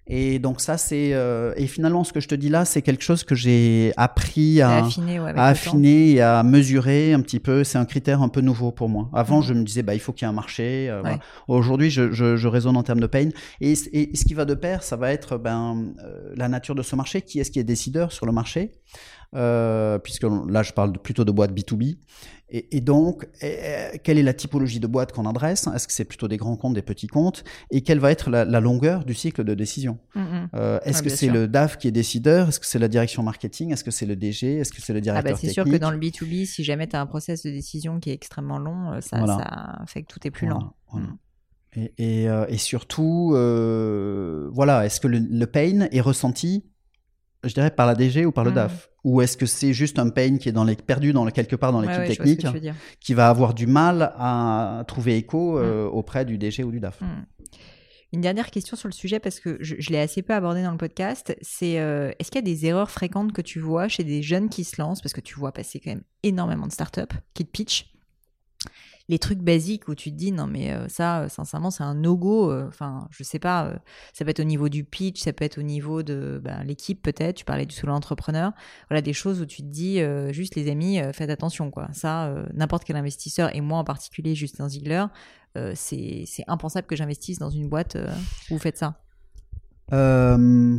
Et donc ça, c'est euh, et finalement, ce que je te dis là, c'est quelque chose que j'ai appris à, affiné, ouais, à affiner et à mesurer un petit peu. C'est un critère un peu nouveau pour moi. Avant, mmh. je me disais, bah, il faut qu'il y ait un marché. Euh, ouais. voilà. Aujourd'hui, je, je, je raisonne en termes de pain. Et, et, et ce qui va de pair, ça va être ben, euh, la nature de ce marché. Qui est-ce qui est décideur sur le marché? Euh, puisque là, je parle de, plutôt de boîtes B deux B. Et, et donc, et, quelle est la typologie de boîte qu'on adresse? Est-ce que c'est plutôt des grands comptes, des petits comptes? Et quelle va être la, la longueur du cycle de décision? mmh. euh, Est-ce ouais, que c'est sûr. le D A F qui est décideur? Est-ce que c'est la direction marketing? Est-ce que c'est le D G? Est-ce que c'est le directeur ah bah, c'est technique? C'est sûr que dans le B deux B, si jamais tu as un process de décision qui est extrêmement long, ça, voilà. ça fait que tout est plus voilà, lent. Voilà. Mmh. Et, et, euh, et surtout, euh, voilà, est-ce que le, le pain est ressenti, je dirais, par la D G ou par le mmh. D A F? Ou est-ce que c'est juste un pain qui est dans les, perdu dans le, quelque part dans l'équipe ouais, ouais, technique, qui va avoir du mal à trouver écho euh, mmh. auprès du D G ou du D A F? mmh. Une dernière question sur le sujet, parce que je, je l'ai assez peu abordé dans le podcast, c'est euh, est-ce qu'il y a des erreurs fréquentes que tu vois chez des jeunes qui se lancent, parce que tu vois passer quand même énormément de startups qui te pitchent les trucs basiques où tu te dis non mais euh, ça euh, sincèrement c'est un no-go, enfin euh, je sais pas, euh, ça peut être au niveau du pitch, ça peut être au niveau de ben, l'équipe peut-être, tu parlais du solo entrepreneur, voilà des choses où tu te dis euh, juste les amis euh, faites attention quoi, ça euh, n'importe quel investisseur et moi en particulier Justin Ziegler, euh, c'est, c'est impensable que j'investisse dans une boîte euh, où vous faites ça. Euh...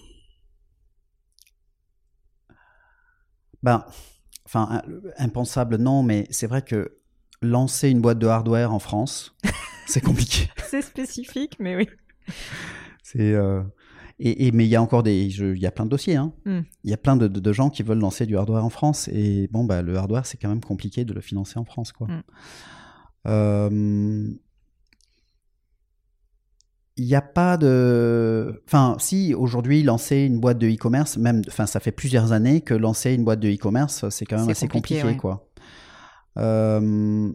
Ben, enfin impensable non, mais c'est vrai que lancer une boîte de hardware en France, c'est compliqué. C'est spécifique, mais oui. C'est euh... et, et mais il y a encore des, il y a plein de dossiers. Hein. Mm. Il y a plein de, de, de gens qui veulent lancer du hardware en France et bon bah le hardware c'est quand même compliqué de le financer en France quoi. Mm. Euh... Il n'y a pas de... Enfin, si, aujourd'hui, lancer une boîte de e-commerce, même, enfin, ça fait plusieurs années que lancer une boîte de e-commerce, c'est quand même c'est assez compliqué, compliqué ouais. quoi. Euh...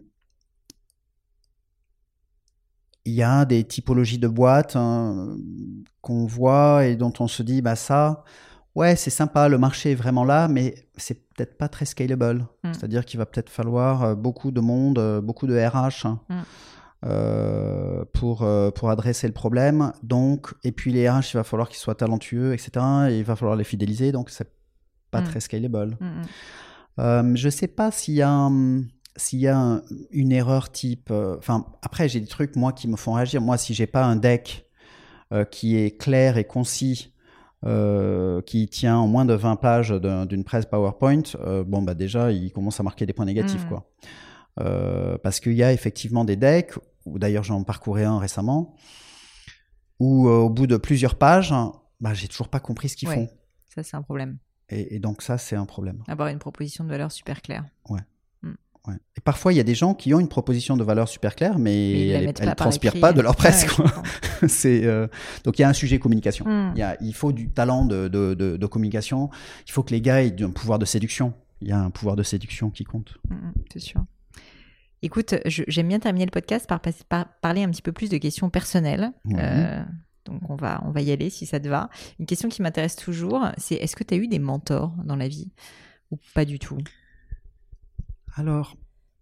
Il y a des typologies de boîtes hein, qu'on voit et dont on se dit, bah ça, ouais, c'est sympa, le marché est vraiment là, mais c'est peut-être pas très scalable. Mm. C'est-à-dire qu'il va peut-être falloir beaucoup de monde, beaucoup de R H hein, mm. euh, pour, pour adresser le problème. Donc, et puis les R H, il va falloir qu'ils soient talentueux, et cetera. Et il va falloir les fidéliser, donc c'est pas mm. très scalable. Mm. Euh, je sais pas s'il y a... Un, S'il y a un, une erreur type... Enfin, euh, après, j'ai des trucs, moi, qui me font réagir. Moi, si j'ai pas un deck euh, qui est clair et concis, euh, qui tient en moins de vingt pages d'un, d'une presse PowerPoint, euh, bon, bah déjà, il commence à marquer des points négatifs, mmh. quoi. Euh, parce qu'il y a effectivement des decks, ou d'ailleurs, j'en parcourais un récemment, où euh, au bout de plusieurs pages, bah, j'ai toujours pas compris ce qu'ils ouais, font. Ça, c'est un problème. Et, et donc, ça, c'est un problème. Avoir une proposition de valeur super claire. Ouais. Ouais. Et parfois, il y a des gens qui ont une proposition de valeur super claire, mais, mais elle ne transpire pas de leur presse. Ouais, quoi. C'est, euh... Donc, il y a un sujet communication. Mm. Il, y a, il faut du talent de, de, de, de communication. Il faut que les gars aient un pouvoir de séduction. Il y a un pouvoir de séduction qui compte. Mm, c'est sûr. Écoute, je, j'aime bien terminer le podcast par, par parler un petit peu plus de questions personnelles. Mm. Euh, donc, on va, on va y aller si ça te va. Une question qui m'intéresse toujours, c'est est-ce que tu as eu des mentors dans la vie ou pas du tout ? Alors,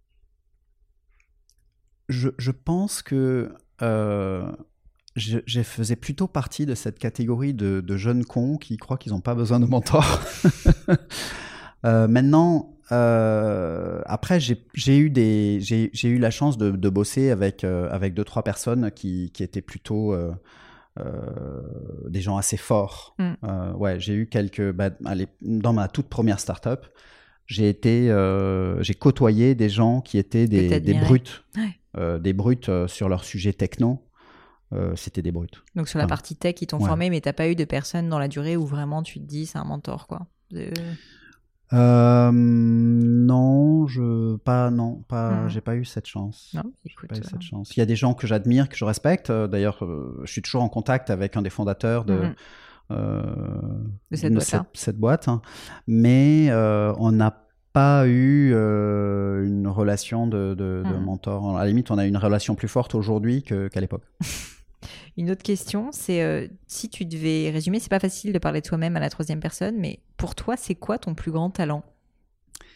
je, je pense que euh, je, je faisais plutôt partie de cette catégorie de, de jeunes cons qui croient qu'ils n'ont pas besoin de mentors. euh, maintenant, euh, après, j'ai, j'ai, eu des, j'ai, j'ai eu la chance de, de bosser avec, euh, avec deux, trois personnes qui, qui étaient plutôt euh, euh, des gens assez forts. Mm. Euh, ouais, j'ai eu quelques... Bah, allez, dans ma toute première start-up, J'ai été, euh, j'ai côtoyé des gens qui étaient des, des brutes, ouais. euh, des brutes euh, sur leur sujet techno. Euh, c'était des brutes. Donc sur la enfin, partie tech, ils t'ont ouais. formé, mais t'as pas eu de personne dans la durée où vraiment tu te dis c'est un mentor, quoi. De... Euh, non, je pas, non, pas, mmh. j'ai pas eu cette chance. Non, écoute, j'ai pas eu cette chance. Il y a des gens que j'admire, que je respecte. D'ailleurs, euh, je suis toujours en contact avec un des fondateurs de. Mmh. Euh, de cette boîte, cette, cette boîte hein. Mais euh, on n'a pas eu euh, une relation de, de, de mmh. mentor. À la limite, on a une relation plus forte aujourd'hui que, qu'à l'époque. Une autre question, c'est euh, si tu devais résumer, c'est pas facile de parler de toi-même à la troisième personne, mais pour toi, c'est quoi ton plus grand talent ?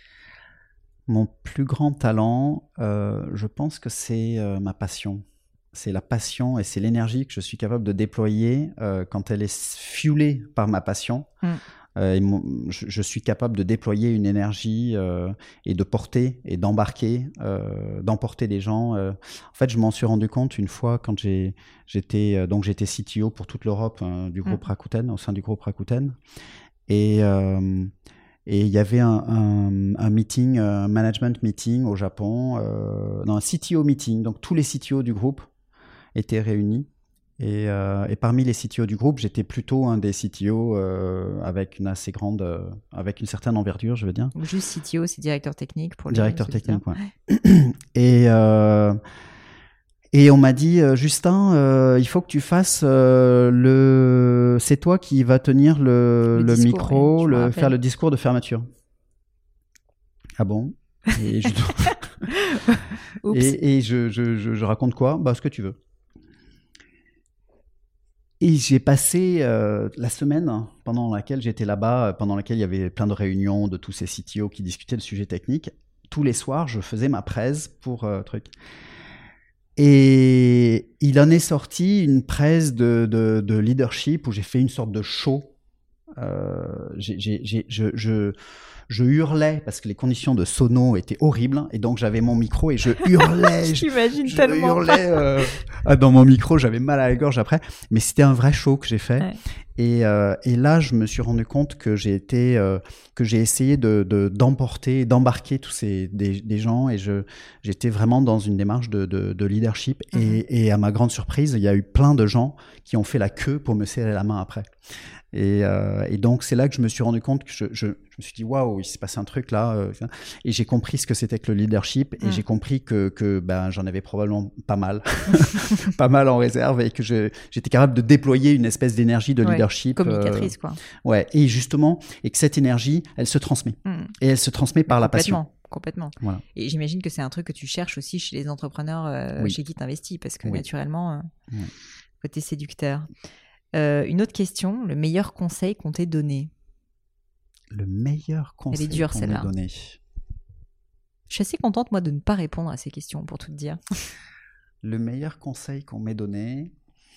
Mon plus grand talent, euh, je pense que c'est euh, ma passion. c'est la passion et c'est l'énergie que je suis capable de déployer euh, quand elle est fuelée par ma passion. Mm. Euh, et mon, je, je suis capable de déployer une énergie euh, et de porter et d'embarquer, euh, d'emporter des gens. Euh. En fait, je m'en suis rendu compte une fois quand j'ai, j'étais, euh, donc j'étais C T O pour toute l'Europe euh, du groupe mmh. Rakuten, au sein du groupe Rakuten. Et euh, et il y avait un, un, un meeting, un management meeting au Japon, euh, non, un C T O meeting. Donc tous les C T O du groupe étaient réunis. Et, euh, et parmi les C T O du groupe, j'étais plutôt un des C T O euh, avec une assez grande, euh, avec une certaine envergure, je veux dire. Juste C T O, c'est directeur technique pour les directeur technique, ouais. Et euh, et on m'a dit, euh, Justin, euh, il faut que tu fasses euh, le, c'est toi qui vas tenir le, le, le discours, micro, oui, le faire le discours de fermeture. Ah bon? Et je, et, et je, je, je, je raconte quoi? Bah ce que tu veux. Et j'ai passé euh, la semaine pendant laquelle j'étais là-bas, pendant laquelle il y avait plein de réunions de tous ces C T O qui discutaient de sujets techniques. Tous les soirs, je faisais ma presse pour euh, truc. Et il en est sorti une presse de, de, de leadership où j'ai fait une sorte de show. Euh, j'ai, j'ai, j'ai, je, je, je hurlais parce que les conditions de sono étaient horribles et donc j'avais mon micro et je hurlais. J'imagine je, tellement. Je hurlais euh, dans mon micro, j'avais mal à la gorge après, mais c'était un vrai show que j'ai fait. Ouais. Et, euh, et là, je me suis rendu compte que j'ai été, euh, que j'ai essayé de, de d'emporter, d'embarquer tous ces des, des gens et je j'étais vraiment dans une démarche de, de, de leadership. Mm-hmm. Et, et à ma grande surprise, il y a eu plein de gens qui ont fait la queue pour me serrer la main après. Et, euh, et donc, c'est là que je me suis rendu compte que je, je, je me suis dit, waouh, il s'est passé un truc là. Euh, et j'ai compris ce que c'était que le leadership. Et mmh. j'ai compris que, que ben, j'en avais probablement pas mal, pas mal en réserve et que je, j'étais capable de déployer une espèce d'énergie de ouais, leadership. Communicatrice, euh, quoi. Ouais. Et justement, et que cette énergie, elle se transmet. Mmh. Et elle se transmet par la passion. Complètement. Voilà. Et j'imagine que c'est un truc que tu cherches aussi chez les entrepreneurs euh, oui. chez qui tu investis parce que oui. naturellement, euh, oui. côté séducteur. Euh, une autre question, le meilleur conseil qu'on t'ait donné? Le meilleur conseil Elle est dure, qu'on celle-là. m'ait donné. Je suis assez contente, moi, de ne pas répondre à ces questions, pour tout te dire. Le meilleur conseil qu'on m'ait donné...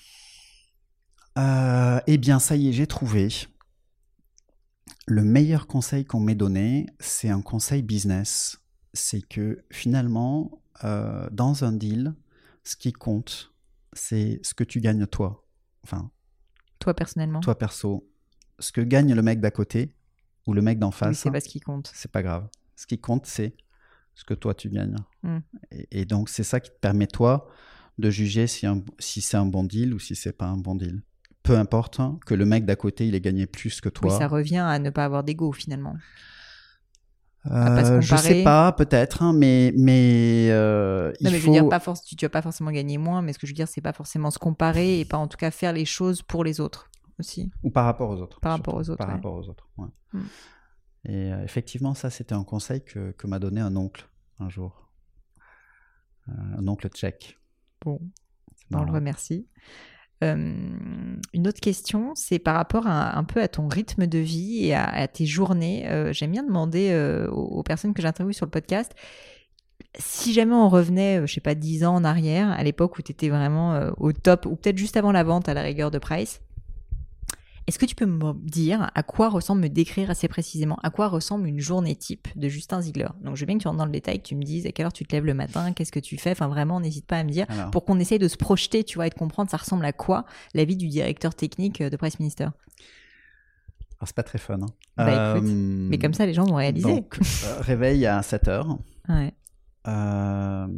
Euh, eh bien, ça y est, j'ai trouvé. Le meilleur conseil qu'on m'ait donné, c'est un conseil business. C'est que, finalement, euh, dans un deal, ce qui compte, c'est ce que tu gagnes toi. Enfin... Toi, personnellement? Toi, perso. Ce que gagne le mec d'à côté ou le mec d'en face, oui, c'est pas ce qui compte. C'est pas grave. Ce qui compte, c'est ce que toi, tu gagnes. Mm. Et, et donc, c'est ça qui te permet, toi, de juger si, un, si c'est un bon deal ou si c'est pas un bon deal. Peu importe hein, que le mec d'à côté, il ait gagné plus que toi. Oui, ça revient à ne pas avoir d'ego, finalement. Euh, je sais pas, peut-être, hein, mais mais euh, non, il mais faut. Je veux dire, pas forc- tu, tu vas pas forcément gagner moins, mais ce que je veux dire, c'est pas forcément se comparer et pas en tout cas faire les choses pour les autres aussi. Ou par rapport aux autres. Par rapport aux autres. Par ouais. rapport aux autres. Ouais. Mm. Et euh, effectivement, ça, c'était un conseil que que m'a donné un oncle un jour, euh, un oncle tchèque. Bon, bon on le remercie. Euh, une autre question, c'est par rapport à, un peu à ton rythme de vie et à, à tes journées. Euh, j'aime bien demander euh, aux, aux personnes que j'interviewe sur le podcast, si jamais on revenait, euh, je sais pas, dix ans en arrière, à l'époque où tu étais vraiment euh, au top, ou peut-être juste avant la vente à la rigueur de Price, est-ce que tu peux me dire à quoi ressemble, me décrire assez précisément, à quoi ressemble une journée type de Justin Ziegler? Donc je veux bien que tu rentres dans le détail, que tu me dises à quelle heure tu te lèves le matin, qu'est-ce que tu fais, enfin vraiment n'hésite pas à me dire, alors, pour qu'on essaye de se projeter, tu vois, et de comprendre ça ressemble à quoi la vie du directeur technique de Price Minister. Alors c'est pas très fun. Hein. Bah écoute, euh, mais comme ça les gens vont réaliser. Donc euh, réveil à sept heures. Ouais. Euh,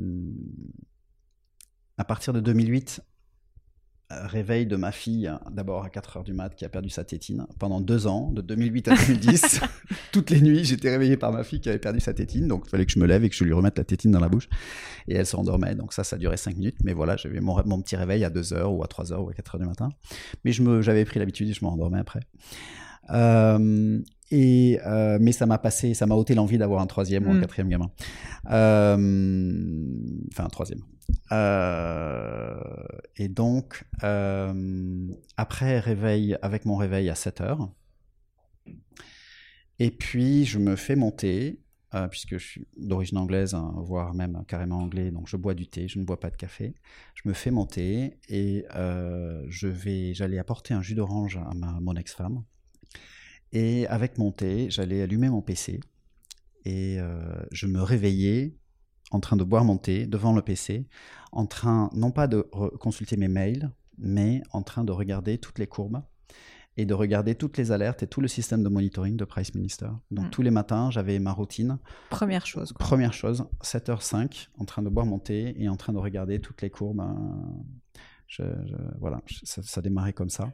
à partir de deux mille huit, réveil de ma fille, d'abord à quatre heures du mat, qui a perdu sa tétine pendant deux ans, de deux mille huit à deux mille dix. Toutes les nuits, j'étais réveillé par ma fille qui avait perdu sa tétine, donc il fallait que je me lève et que je lui remette la tétine dans la bouche. Et elle se rendormait, donc ça, ça durait cinq minutes. Mais voilà, j'avais mon, mon petit réveil à deux heures ou à trois heures ou à quatre heures du matin. Mais je me, j'avais pris l'habitude et je me rendormais après. Euh, et, euh, mais ça m'a passé, ça m'a ôté l'envie d'avoir un troisième mmh. ou un quatrième gamin. Euh, enfin, un troisième. Euh, et donc, euh, après réveil, avec mon réveil à sept heures, et puis je me fais monter euh, puisque je suis d'origine anglaise, hein, voire même carrément anglais, donc je bois du thé, je ne bois pas de café. Je me fais mon thé et euh, je vais, j'allais apporter un jus d'orange à ma, mon ex-femme. Et avec mon thé, j'allais allumer mon P C et euh, je me réveillais en train de boire mon thé devant le P C, en train non pas de re- consulter mes mails, mais en train de regarder toutes les courbes et de regarder toutes les alertes et tout le système de monitoring de Price Minister. Donc mmh. tous les matins, j'avais ma routine. Première chose. Quoi. Première chose, sept heures cinq, en train de boire mon thé et en train de regarder toutes les courbes. Je, je, voilà, ça, ça démarrait comme ça.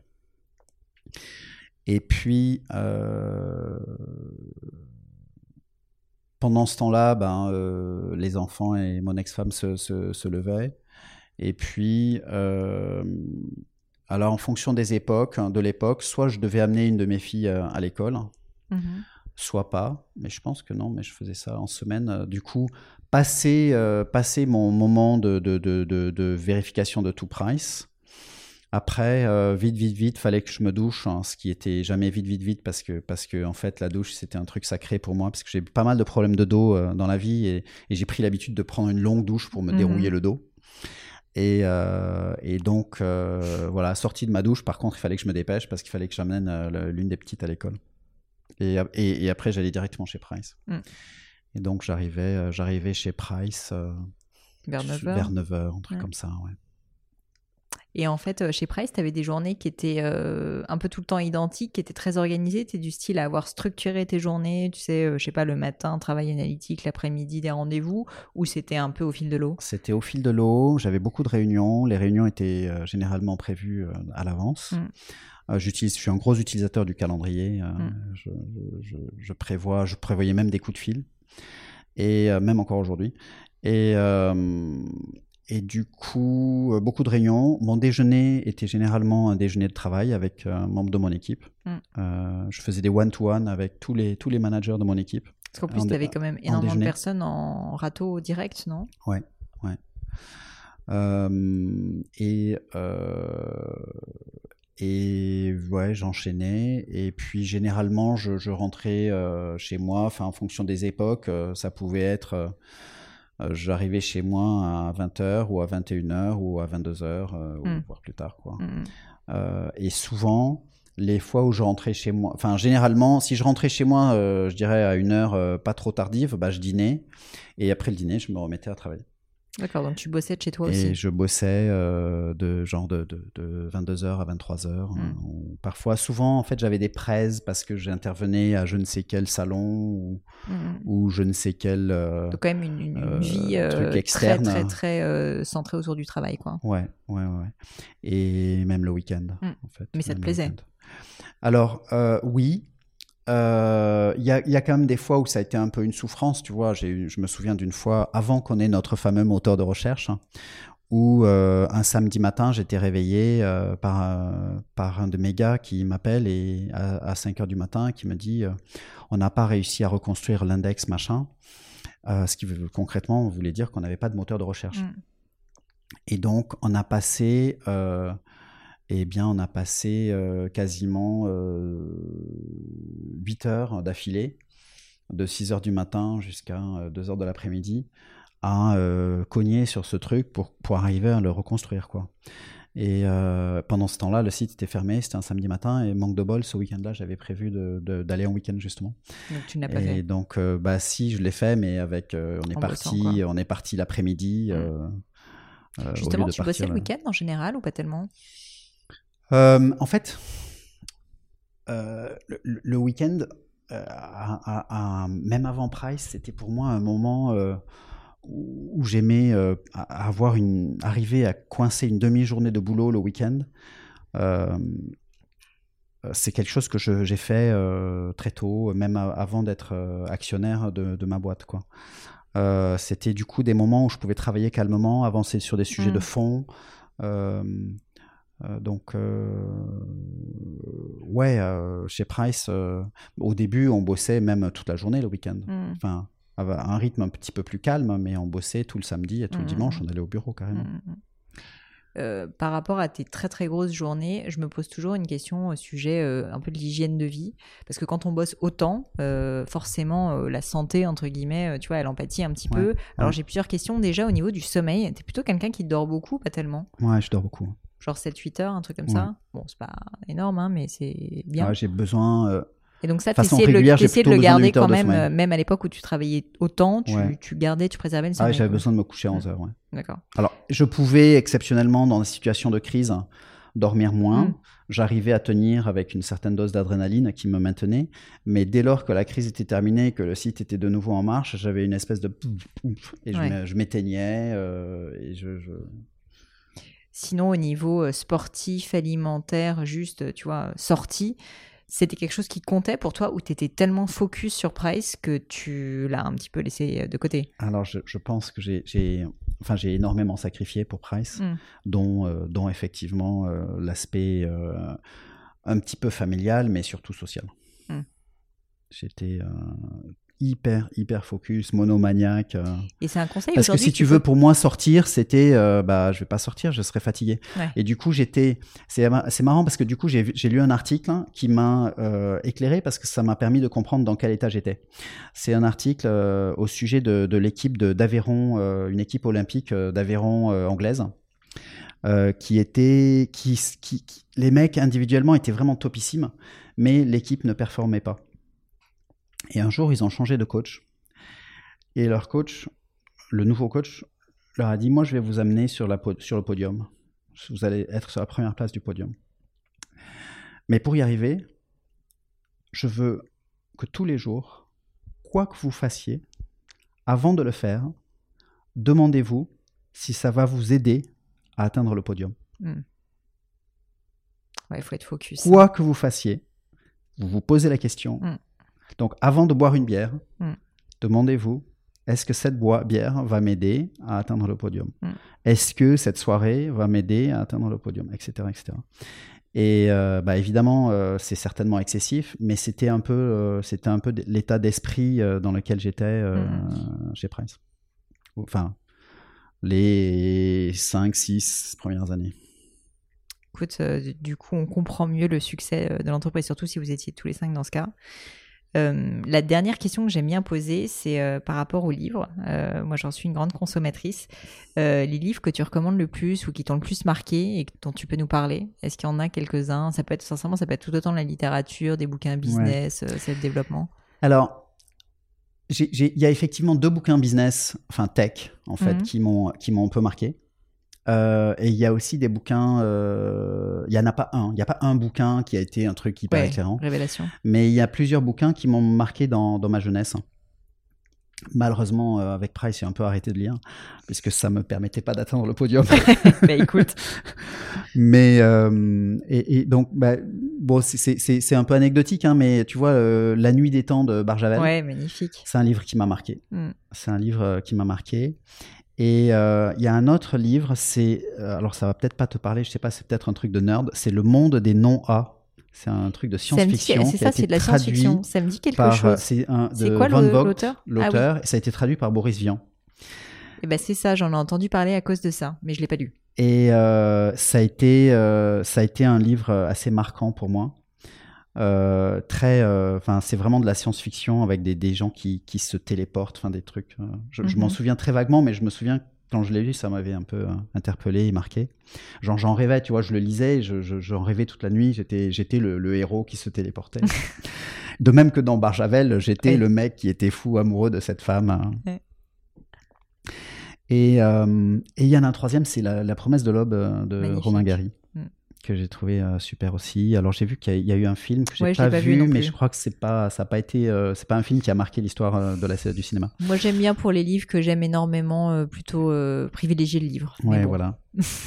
Et puis, euh, pendant ce temps-là, ben, euh, les enfants et mon ex-femme se, se, se levaient. Et puis, euh, alors en fonction des époques, de l'époque, soit je devais amener une de mes filles à, à l'école, mmh. soit pas. Mais je pense que non, mais je faisais ça en semaine. Du coup, passer, euh, passer mon moment de, de, de, de, de vérification de tout price. Après, euh, vite, vite, vite, fallait que je me douche, hein, ce qui était jamais vite, vite, vite, parce que, parce que en fait, la douche, c'était un truc sacré pour moi, parce que j'ai pas mal de problèmes de dos euh, dans la vie, et, et j'ai pris l'habitude de prendre une longue douche pour me mmh. dérouiller le dos. Et, euh, et donc, euh, voilà, sortie de ma douche, par contre, il fallait que je me dépêche, parce qu'il fallait que j'amène euh, l'une des petites à l'école. Et, et, et après, j'allais directement chez Price. Mmh. Et donc, j'arrivais, euh, j'arrivais chez Price euh, vers neuf heures, vers neuf heures, un truc mmh. comme ça, ouais. Et en fait, chez Price, tu avais des journées qui étaient euh, un peu tout le temps identiques, qui étaient très organisées. Tu es du style à avoir structuré tes journées, tu sais, euh, je sais pas, le matin, travail analytique, l'après-midi, des rendez-vous, ou c'était un peu au fil de l'eau ? C'était au fil de l'eau. J'avais beaucoup de réunions. Les réunions étaient euh, généralement prévues euh, à l'avance. Mm. Euh, j'utilise, je suis un gros utilisateur du calendrier. Euh, mm. je, je, je, prévois, je prévoyais même des coups de fil, et euh, même encore aujourd'hui. Et... Euh, Et du coup, euh, beaucoup de réunions. Mon déjeuner était généralement un déjeuner de travail avec un membre de mon équipe. Mm. Euh, je faisais des one-to-one avec tous les, tous les managers de mon équipe. Parce qu'en plus, tu avais quand même énormément de personnes en râteau direct, non ? Ouais, ouais. Euh, et, euh, et ouais, j'enchaînais. Et puis, généralement, je, je rentrais euh, chez moi. Enfin, en fonction des époques, euh, ça pouvait être... Euh, Euh, j'arrivais chez moi à vingt heures ou à vingt et une heures ou à vingt-deux heures, euh, mm. ou voire plus tard, quoi. Mm. Euh, et souvent, les fois où je rentrais chez moi, enfin, généralement, si je rentrais chez moi, euh, je dirais à une heure euh, pas trop tardive, bah, je dînais. Et après le dîner, je me remettais à travailler. D'accord, donc tu bossais de chez toi et aussi. Et je bossais euh, de genre de, de, de vingt-deux heures à vingt-trois heures. Mm. Euh, parfois, souvent, en fait, j'avais des prêts parce que j'intervenais à je ne sais quel salon ou, mm. ou je ne sais quel euh, donc quand même une, une, une vie euh, truc externe. très, très, très euh, centrée autour du travail, quoi. Ouais, ouais, ouais. Et même le week-end, mm. en fait. Mais ça te plaisait ? Alors, euh, oui. Il euh, y, a, y a quand même des fois où ça a été un peu une souffrance, tu vois. J'ai eu, je me souviens d'une fois, avant qu'on ait notre fameux moteur de recherche, hein, où euh, un samedi matin, j'étais réveillé euh, par, euh, par un de mes gars qui m'appelle et à, à cinq heures du matin, qui me dit euh, « on n'a pas réussi à reconstruire l'index machin euh, », ce qui concrètement voulait dire qu'on n'avait pas de moteur de recherche. Mm. Et donc, on a passé... Euh, Eh bien, on a passé euh, quasiment euh, huit heures d'affilée, de six heures du matin jusqu'à euh, deux heures de l'après-midi, à euh, cogner sur ce truc pour, pour arriver à le reconstruire, quoi. Et euh, pendant ce temps-là, le site était fermé, c'était un samedi matin, et manque de bol, ce week-end-là, j'avais prévu de, de, d'aller en week-end, justement. Donc, tu ne l'as pas et fait ? Et donc, euh, bah, si, je l'ai fait, mais avec, euh, on, est en parti, bossant, on est parti l'après-midi. Mmh. Euh, euh, justement, tu bossais le week-end en général ou pas tellement ? Euh, en fait, euh, le, le week-end, euh, à, à, à, même avant Price, c'était pour moi un moment euh, où, où j'aimais euh, avoir une, arriver à coincer une demi-journée de boulot le week-end. Euh, c'est quelque chose que je, j'ai fait euh, très tôt, même à, avant d'être euh, actionnaire de, de ma boîte, quoi. Euh, c'était du coup des moments où je pouvais travailler calmement, avancer sur des sujets mmh. de fond. Euh, Euh, donc, euh, ouais, euh, chez Price, euh, au début, on bossait même toute la journée le week-end. Mm. Enfin, à un rythme un petit peu plus calme, mais on bossait tout le samedi et tout mm. le dimanche, on allait au bureau carrément. Mm. euh, par rapport à tes très très grosses journées, je me pose toujours une question au sujet euh, un peu de l'hygiène de vie. Parce que quand on bosse autant, euh, forcément, euh, la santé, entre guillemets, tu vois, elle empathie un petit ouais, peu. Alors, ouais. j'ai plusieurs questions. Déjà, au niveau du sommeil, t'es plutôt quelqu'un qui dort beaucoup, pas tellement? Ouais, je dors beaucoup. Genre sept huit heures, un truc comme ouais. ça? Bon, c'est pas énorme, hein, mais c'est bien. Ouais, j'ai besoin... Euh... Et donc ça, tu essayais de le, le garder quand même, euh, même à l'époque où tu travaillais autant, tu, ouais. tu gardais, tu préservais le Ah sommeil. oui, j'avais besoin de me coucher à onze heures, ouais. D'accord. Alors, je pouvais exceptionnellement, dans des situations de crise, dormir moins. Mm. J'arrivais à tenir avec une certaine dose d'adrénaline qui me maintenait. Mais dès lors que la crise était terminée, que le site était de nouveau en marche, j'avais une espèce de... Et ouais. je m'éteignais euh, et je... je... Sinon, au niveau sportif, alimentaire, juste, tu vois, sortie, c'était quelque chose qui comptait pour toi ou tu étais tellement focus sur Price que tu l'as un petit peu laissé de côté? Alors, je, je pense que j'ai, j'ai, enfin, j'ai énormément sacrifié pour Price, mm. dont, euh, dont effectivement euh, l'aspect euh, un petit peu familial, mais surtout social. Mm. J'étais... Euh, hyper hyper focus, monomaniaque. Euh... Et c'est un conseil parce que si tu veux, pour moi sortir, c'était euh, bah je vais pas sortir, je serais fatigué. Ouais. Et du coup j'étais, c'est c'est marrant parce que du coup j'ai j'ai lu un article hein, qui m'a euh, éclairé parce que ça m'a permis de comprendre dans quel état j'étais. C'est un article euh, au sujet de de l'équipe de d'Aveyron, euh, une équipe olympique euh, d'Aveyron euh, anglaise. Euh, qui était, qui, qui, qui, les mecs individuellement étaient vraiment topissimes, mais l'équipe ne performait pas. Et un jour, ils ont changé de coach. Et leur coach, le nouveau coach, leur a dit « Moi, je vais vous amener sur, la, sur le podium. Vous allez être sur la première place du podium. Mais pour y arriver, je veux que tous les jours, quoi que vous fassiez, avant de le faire, demandez-vous si ça va vous aider à atteindre le podium. Mmh. Ouais, il faut être focus. Quoi hein. que vous fassiez, vous vous posez la question. Mmh. Donc, avant de boire une bière, mm. demandez-vous, est-ce que cette bière va m'aider à atteindre le podium? mm. Est-ce que cette soirée va m'aider à atteindre le podium, et cetera, et cetera. Et euh, bah, évidemment, euh, c'est certainement excessif, mais c'était un peu, euh, c'était un peu l'état d'esprit euh, dans lequel j'étais euh, mm. chez Price. Enfin, les cinq six premières années. Écoute, euh, du coup, on comprend mieux le succès de l'entreprise, surtout si vous étiez tous les cinq dans ce cas. Euh, la dernière question que j'aime bien poser, c'est euh, par rapport aux livres. Euh, moi, j'en suis une grande consommatrice. Euh, les livres que tu recommandes le plus ou qui t'ont le plus marqué et dont tu peux nous parler, est-ce qu'il y en a quelques-uns? Ça peut être, sincèrement, ça peut être tout autant de la littérature, des bouquins business, ouais. euh, c'est le développement. Alors, il y a effectivement deux bouquins business, enfin tech, en fait, mm-hmm. qui m'ont qui m'ont un peu marqué. Euh, et il y a aussi des bouquins, il euh, n'y en a pas un, il n'y a pas un bouquin qui a été un truc hyper ouais, éclairant. Révélation. Mais il y a plusieurs bouquins qui m'ont marqué dans, dans ma jeunesse. Malheureusement, euh, avec Price, j'ai un peu arrêté de lire, puisque ça ne me permettait pas d'atteindre le podium. bah écoute. Mais, euh, et, et donc, bah, bon, c'est un peu anecdotique, hein, mais tu vois, euh, La nuit des temps de Barjavel. Ouais, magnifique. C'est un livre qui m'a marqué. Mm. C'est un livre qui m'a marqué. Et il euh, y a un autre livre, c'est, euh, alors ça va peut-être pas te parler, je sais pas, c'est peut-être un truc de nerd, c'est Le monde des non-A. C'est un truc de science-fiction. C'est ça, c'est de la science-fiction. Ça me dit quelque par, chose. C'est quoi l'auteur? L'auteur, ah, oui. Et ça a été traduit par Boris Vian. Et ben c'est ça, j'en ai entendu parler à cause de ça, mais je l'ai pas lu. Et euh, ça a été, euh, ça a été un livre assez marquant pour moi. Euh, très, enfin, euh, c'est vraiment de la science-fiction avec des, des gens qui, qui se téléportent, enfin des trucs. Euh, je, mm-hmm. je m'en souviens très vaguement, mais je me souviens quand je l'ai lu, ça m'avait un peu euh, interpellé et marqué. Genre, j'en rêvais, tu vois, je le lisais, je, je, j'en rêvais toute la nuit. J'étais, j'étais le, le héros qui se téléportait. De même que dans Barjavel, j'étais oui. le mec qui était fou amoureux de cette femme. Hein. Oui. Et il euh, y en a un troisième, c'est la, la promesse de l'aube de Magnifique. Romain Gary. Mm. Que j'ai trouvé euh, super aussi. Alors j'ai vu qu'il y, y a eu un film que j'ai ouais, pas, pas vu, vu mais je crois que c'est pas, ça a pas été, euh, c'est pas un film qui a marqué l'histoire euh, de la du cinéma. Moi j'aime bien pour les livres que j'aime énormément, euh, plutôt euh, privilégier le livre. Ouais, bon. Voilà.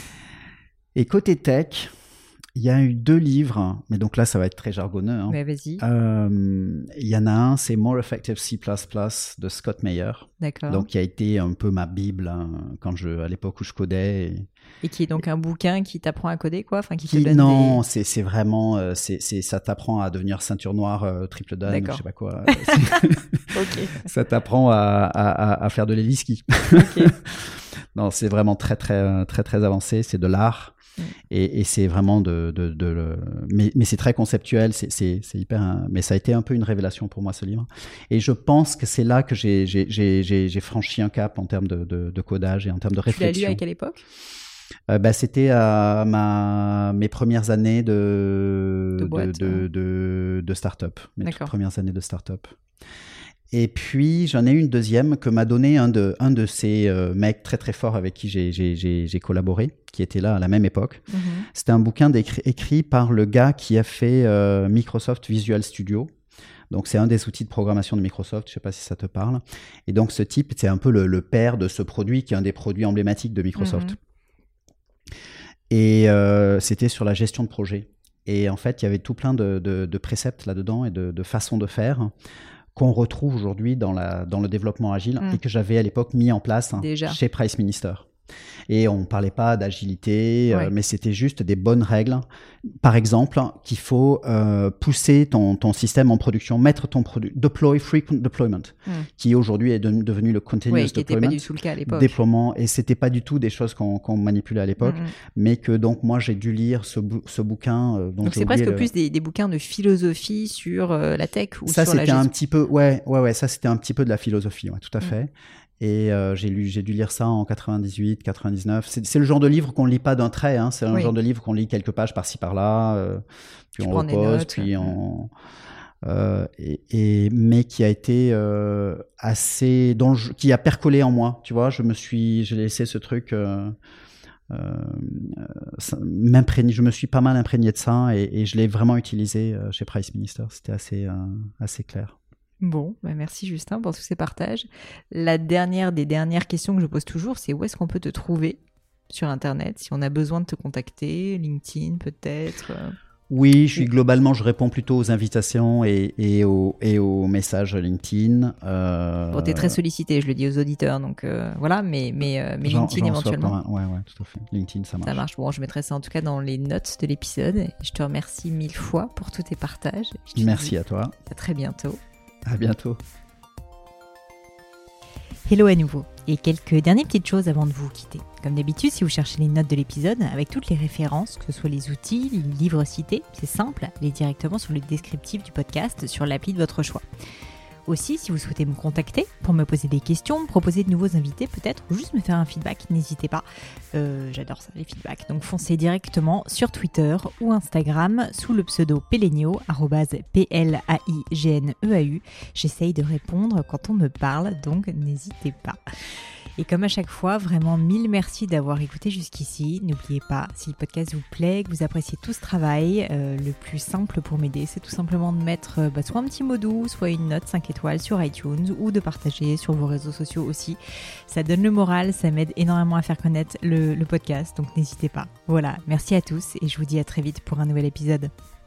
Et côté tech, il y a eu deux livres, mais donc là ça va être très jargonneux. Hein. Ouais, vas-y. Il euh, y en a un, c'est More Effective C plus plus de Scott Meyer. D'accord. Donc qui a été un peu ma bible hein, quand je, à l'époque où je codais. Et... Et qui est donc un bouquin qui t'apprend à coder, quoi, enfin qui, qui te donne non, des... c'est c'est vraiment, euh, c'est c'est ça t'apprend à devenir ceinture noire, euh, triple dan, je sais pas quoi. Ok. Ça t'apprend à, à à à faire de l'héliski. Ok. non, c'est vraiment très, très, très, très avancé. C'est de l'art. Mm. Et, et c'est vraiment de, de, de, de le... mais, mais c'est très conceptuel. C'est, c'est, c'est hyper. Mais ça a été un peu une révélation pour moi, ce livre. Et je pense que c'est là que j'ai, j'ai, j'ai, j'ai, j'ai franchi un cap en termes de, de, de codage et en termes de réflexion. Tu l'as lu à quelle époque? Euh, bah, c'était à ma, mes premières années de, de, boîte, de, de, ouais. de, de start-up. Mes toutes premières années de start-up. Et puis, j'en ai eu une deuxième que m'a donné un de, un de ces euh, mecs très très forts avec qui j'ai, j'ai, j'ai, j'ai collaboré, qui était là à la même époque. Mm-hmm. C'était un bouquin écrit par le gars qui a fait euh, Microsoft Visual Studio. Donc, c'est un des outils de programmation de Microsoft. Je ne sais pas si ça te parle. Et donc, ce type, c'est un peu le, le père de ce produit qui est un des produits emblématiques de Microsoft. Mm-hmm. Et euh, c'était sur la gestion de projet. Et en fait, il y avait tout plein de, de, de préceptes là-dedans et de, de façons de faire qu'on retrouve aujourd'hui dans, la, dans le développement agile mmh. et que j'avais à l'époque mis en place hein, chez Price Minister. Et on ne parlait pas d'agilité, ouais. euh, mais c'était juste des bonnes règles. Par exemple, qu'il faut euh, pousser ton, ton système en production, mettre ton produit, deploy, frequent deployment, mm. qui aujourd'hui est de, devenu le continuous ouais, qui deployment. Qui n'était pas du tout le cas à l'époque. Déploiement, et ce n'était pas du tout des choses qu'on, qu'on manipulait à l'époque, mm. mais que donc moi j'ai dû lire ce, bou- ce bouquin. Euh, dont donc j'ai c'est presque le... plus des, des bouquins de philosophie sur euh, la tech ou ça, sur la gestion. Ça c'était un petit peu, ouais, ouais, ouais, ça c'était un petit peu de la philosophie, ouais, tout à mm. fait. Et euh, j'ai, lu, j'ai dû lire ça en quatre-vingt-dix-huit, quatre-vingt-dix-neuf. C'est, c'est le genre de livre qu'on ne lit pas d'un trait. Hein. C'est un oui. genre de livre qu'on lit quelques pages par-ci par-là, euh, puis tu on repose, puis on... Euh, et, et, mais qui a été euh, assez... Dont je, qui a percolé en moi, tu vois. Je me suis... J'ai laissé ce truc... Euh, euh, ça, m'imprégner, je me suis pas mal imprégné de ça et, et je l'ai vraiment utilisé euh, chez Price Minister. C'était assez, euh, assez clair. Bon, bah merci Justin pour tous ces partages. La dernière des dernières questions que je pose toujours, c'est où est-ce qu'on peut te trouver sur Internet, si on a besoin de te contacter, LinkedIn peut-être euh... Oui, je suis globalement, je réponds plutôt aux invitations et, et, aux, et aux messages LinkedIn. Euh... Bon, t'es très sollicité, je le dis aux auditeurs, donc euh, voilà, mais, mais, euh, mais j'en, LinkedIn j'en éventuellement. Ouais, ouais, tout à fait. LinkedIn, ça marche. Ça marche. Bon, je mettrai ça en tout cas dans les notes de l'épisode. Je te remercie mille fois pour tous tes partages. Merci à toi. À très bientôt. À bientôt. Hello à nouveau. Et quelques dernières petites choses avant de vous quitter. Comme d'habitude, si vous cherchez les notes de l'épisode, avec toutes les références, que ce soit les outils, les livres cités, c'est simple, allez directement sur le descriptif du podcast sur l'appli de votre choix. Aussi, si vous souhaitez me contacter pour me poser des questions, me proposer de nouveaux invités peut-être, ou juste me faire un feedback, n'hésitez pas. Euh, j'adore ça, les feedbacks. Donc foncez directement sur Twitter ou Instagram sous le pseudo Pelegneau, arrobase P L A I G N E A U. J'essaye de répondre quand on me parle, donc n'hésitez pas. Et comme à chaque fois, vraiment mille merci d'avoir écouté jusqu'ici. N'oubliez pas, si le podcast vous plaît, que vous appréciez tout ce travail, euh, le plus simple pour m'aider, c'est tout simplement de mettre euh, bah, soit un petit mot doux, soit une note cinq étoiles sur iTunes ou de partager sur vos réseaux sociaux aussi. Ça donne le moral, ça m'aide énormément à faire connaître le, le podcast, donc n'hésitez pas. Voilà, merci à tous et je vous dis à très vite pour un nouvel épisode.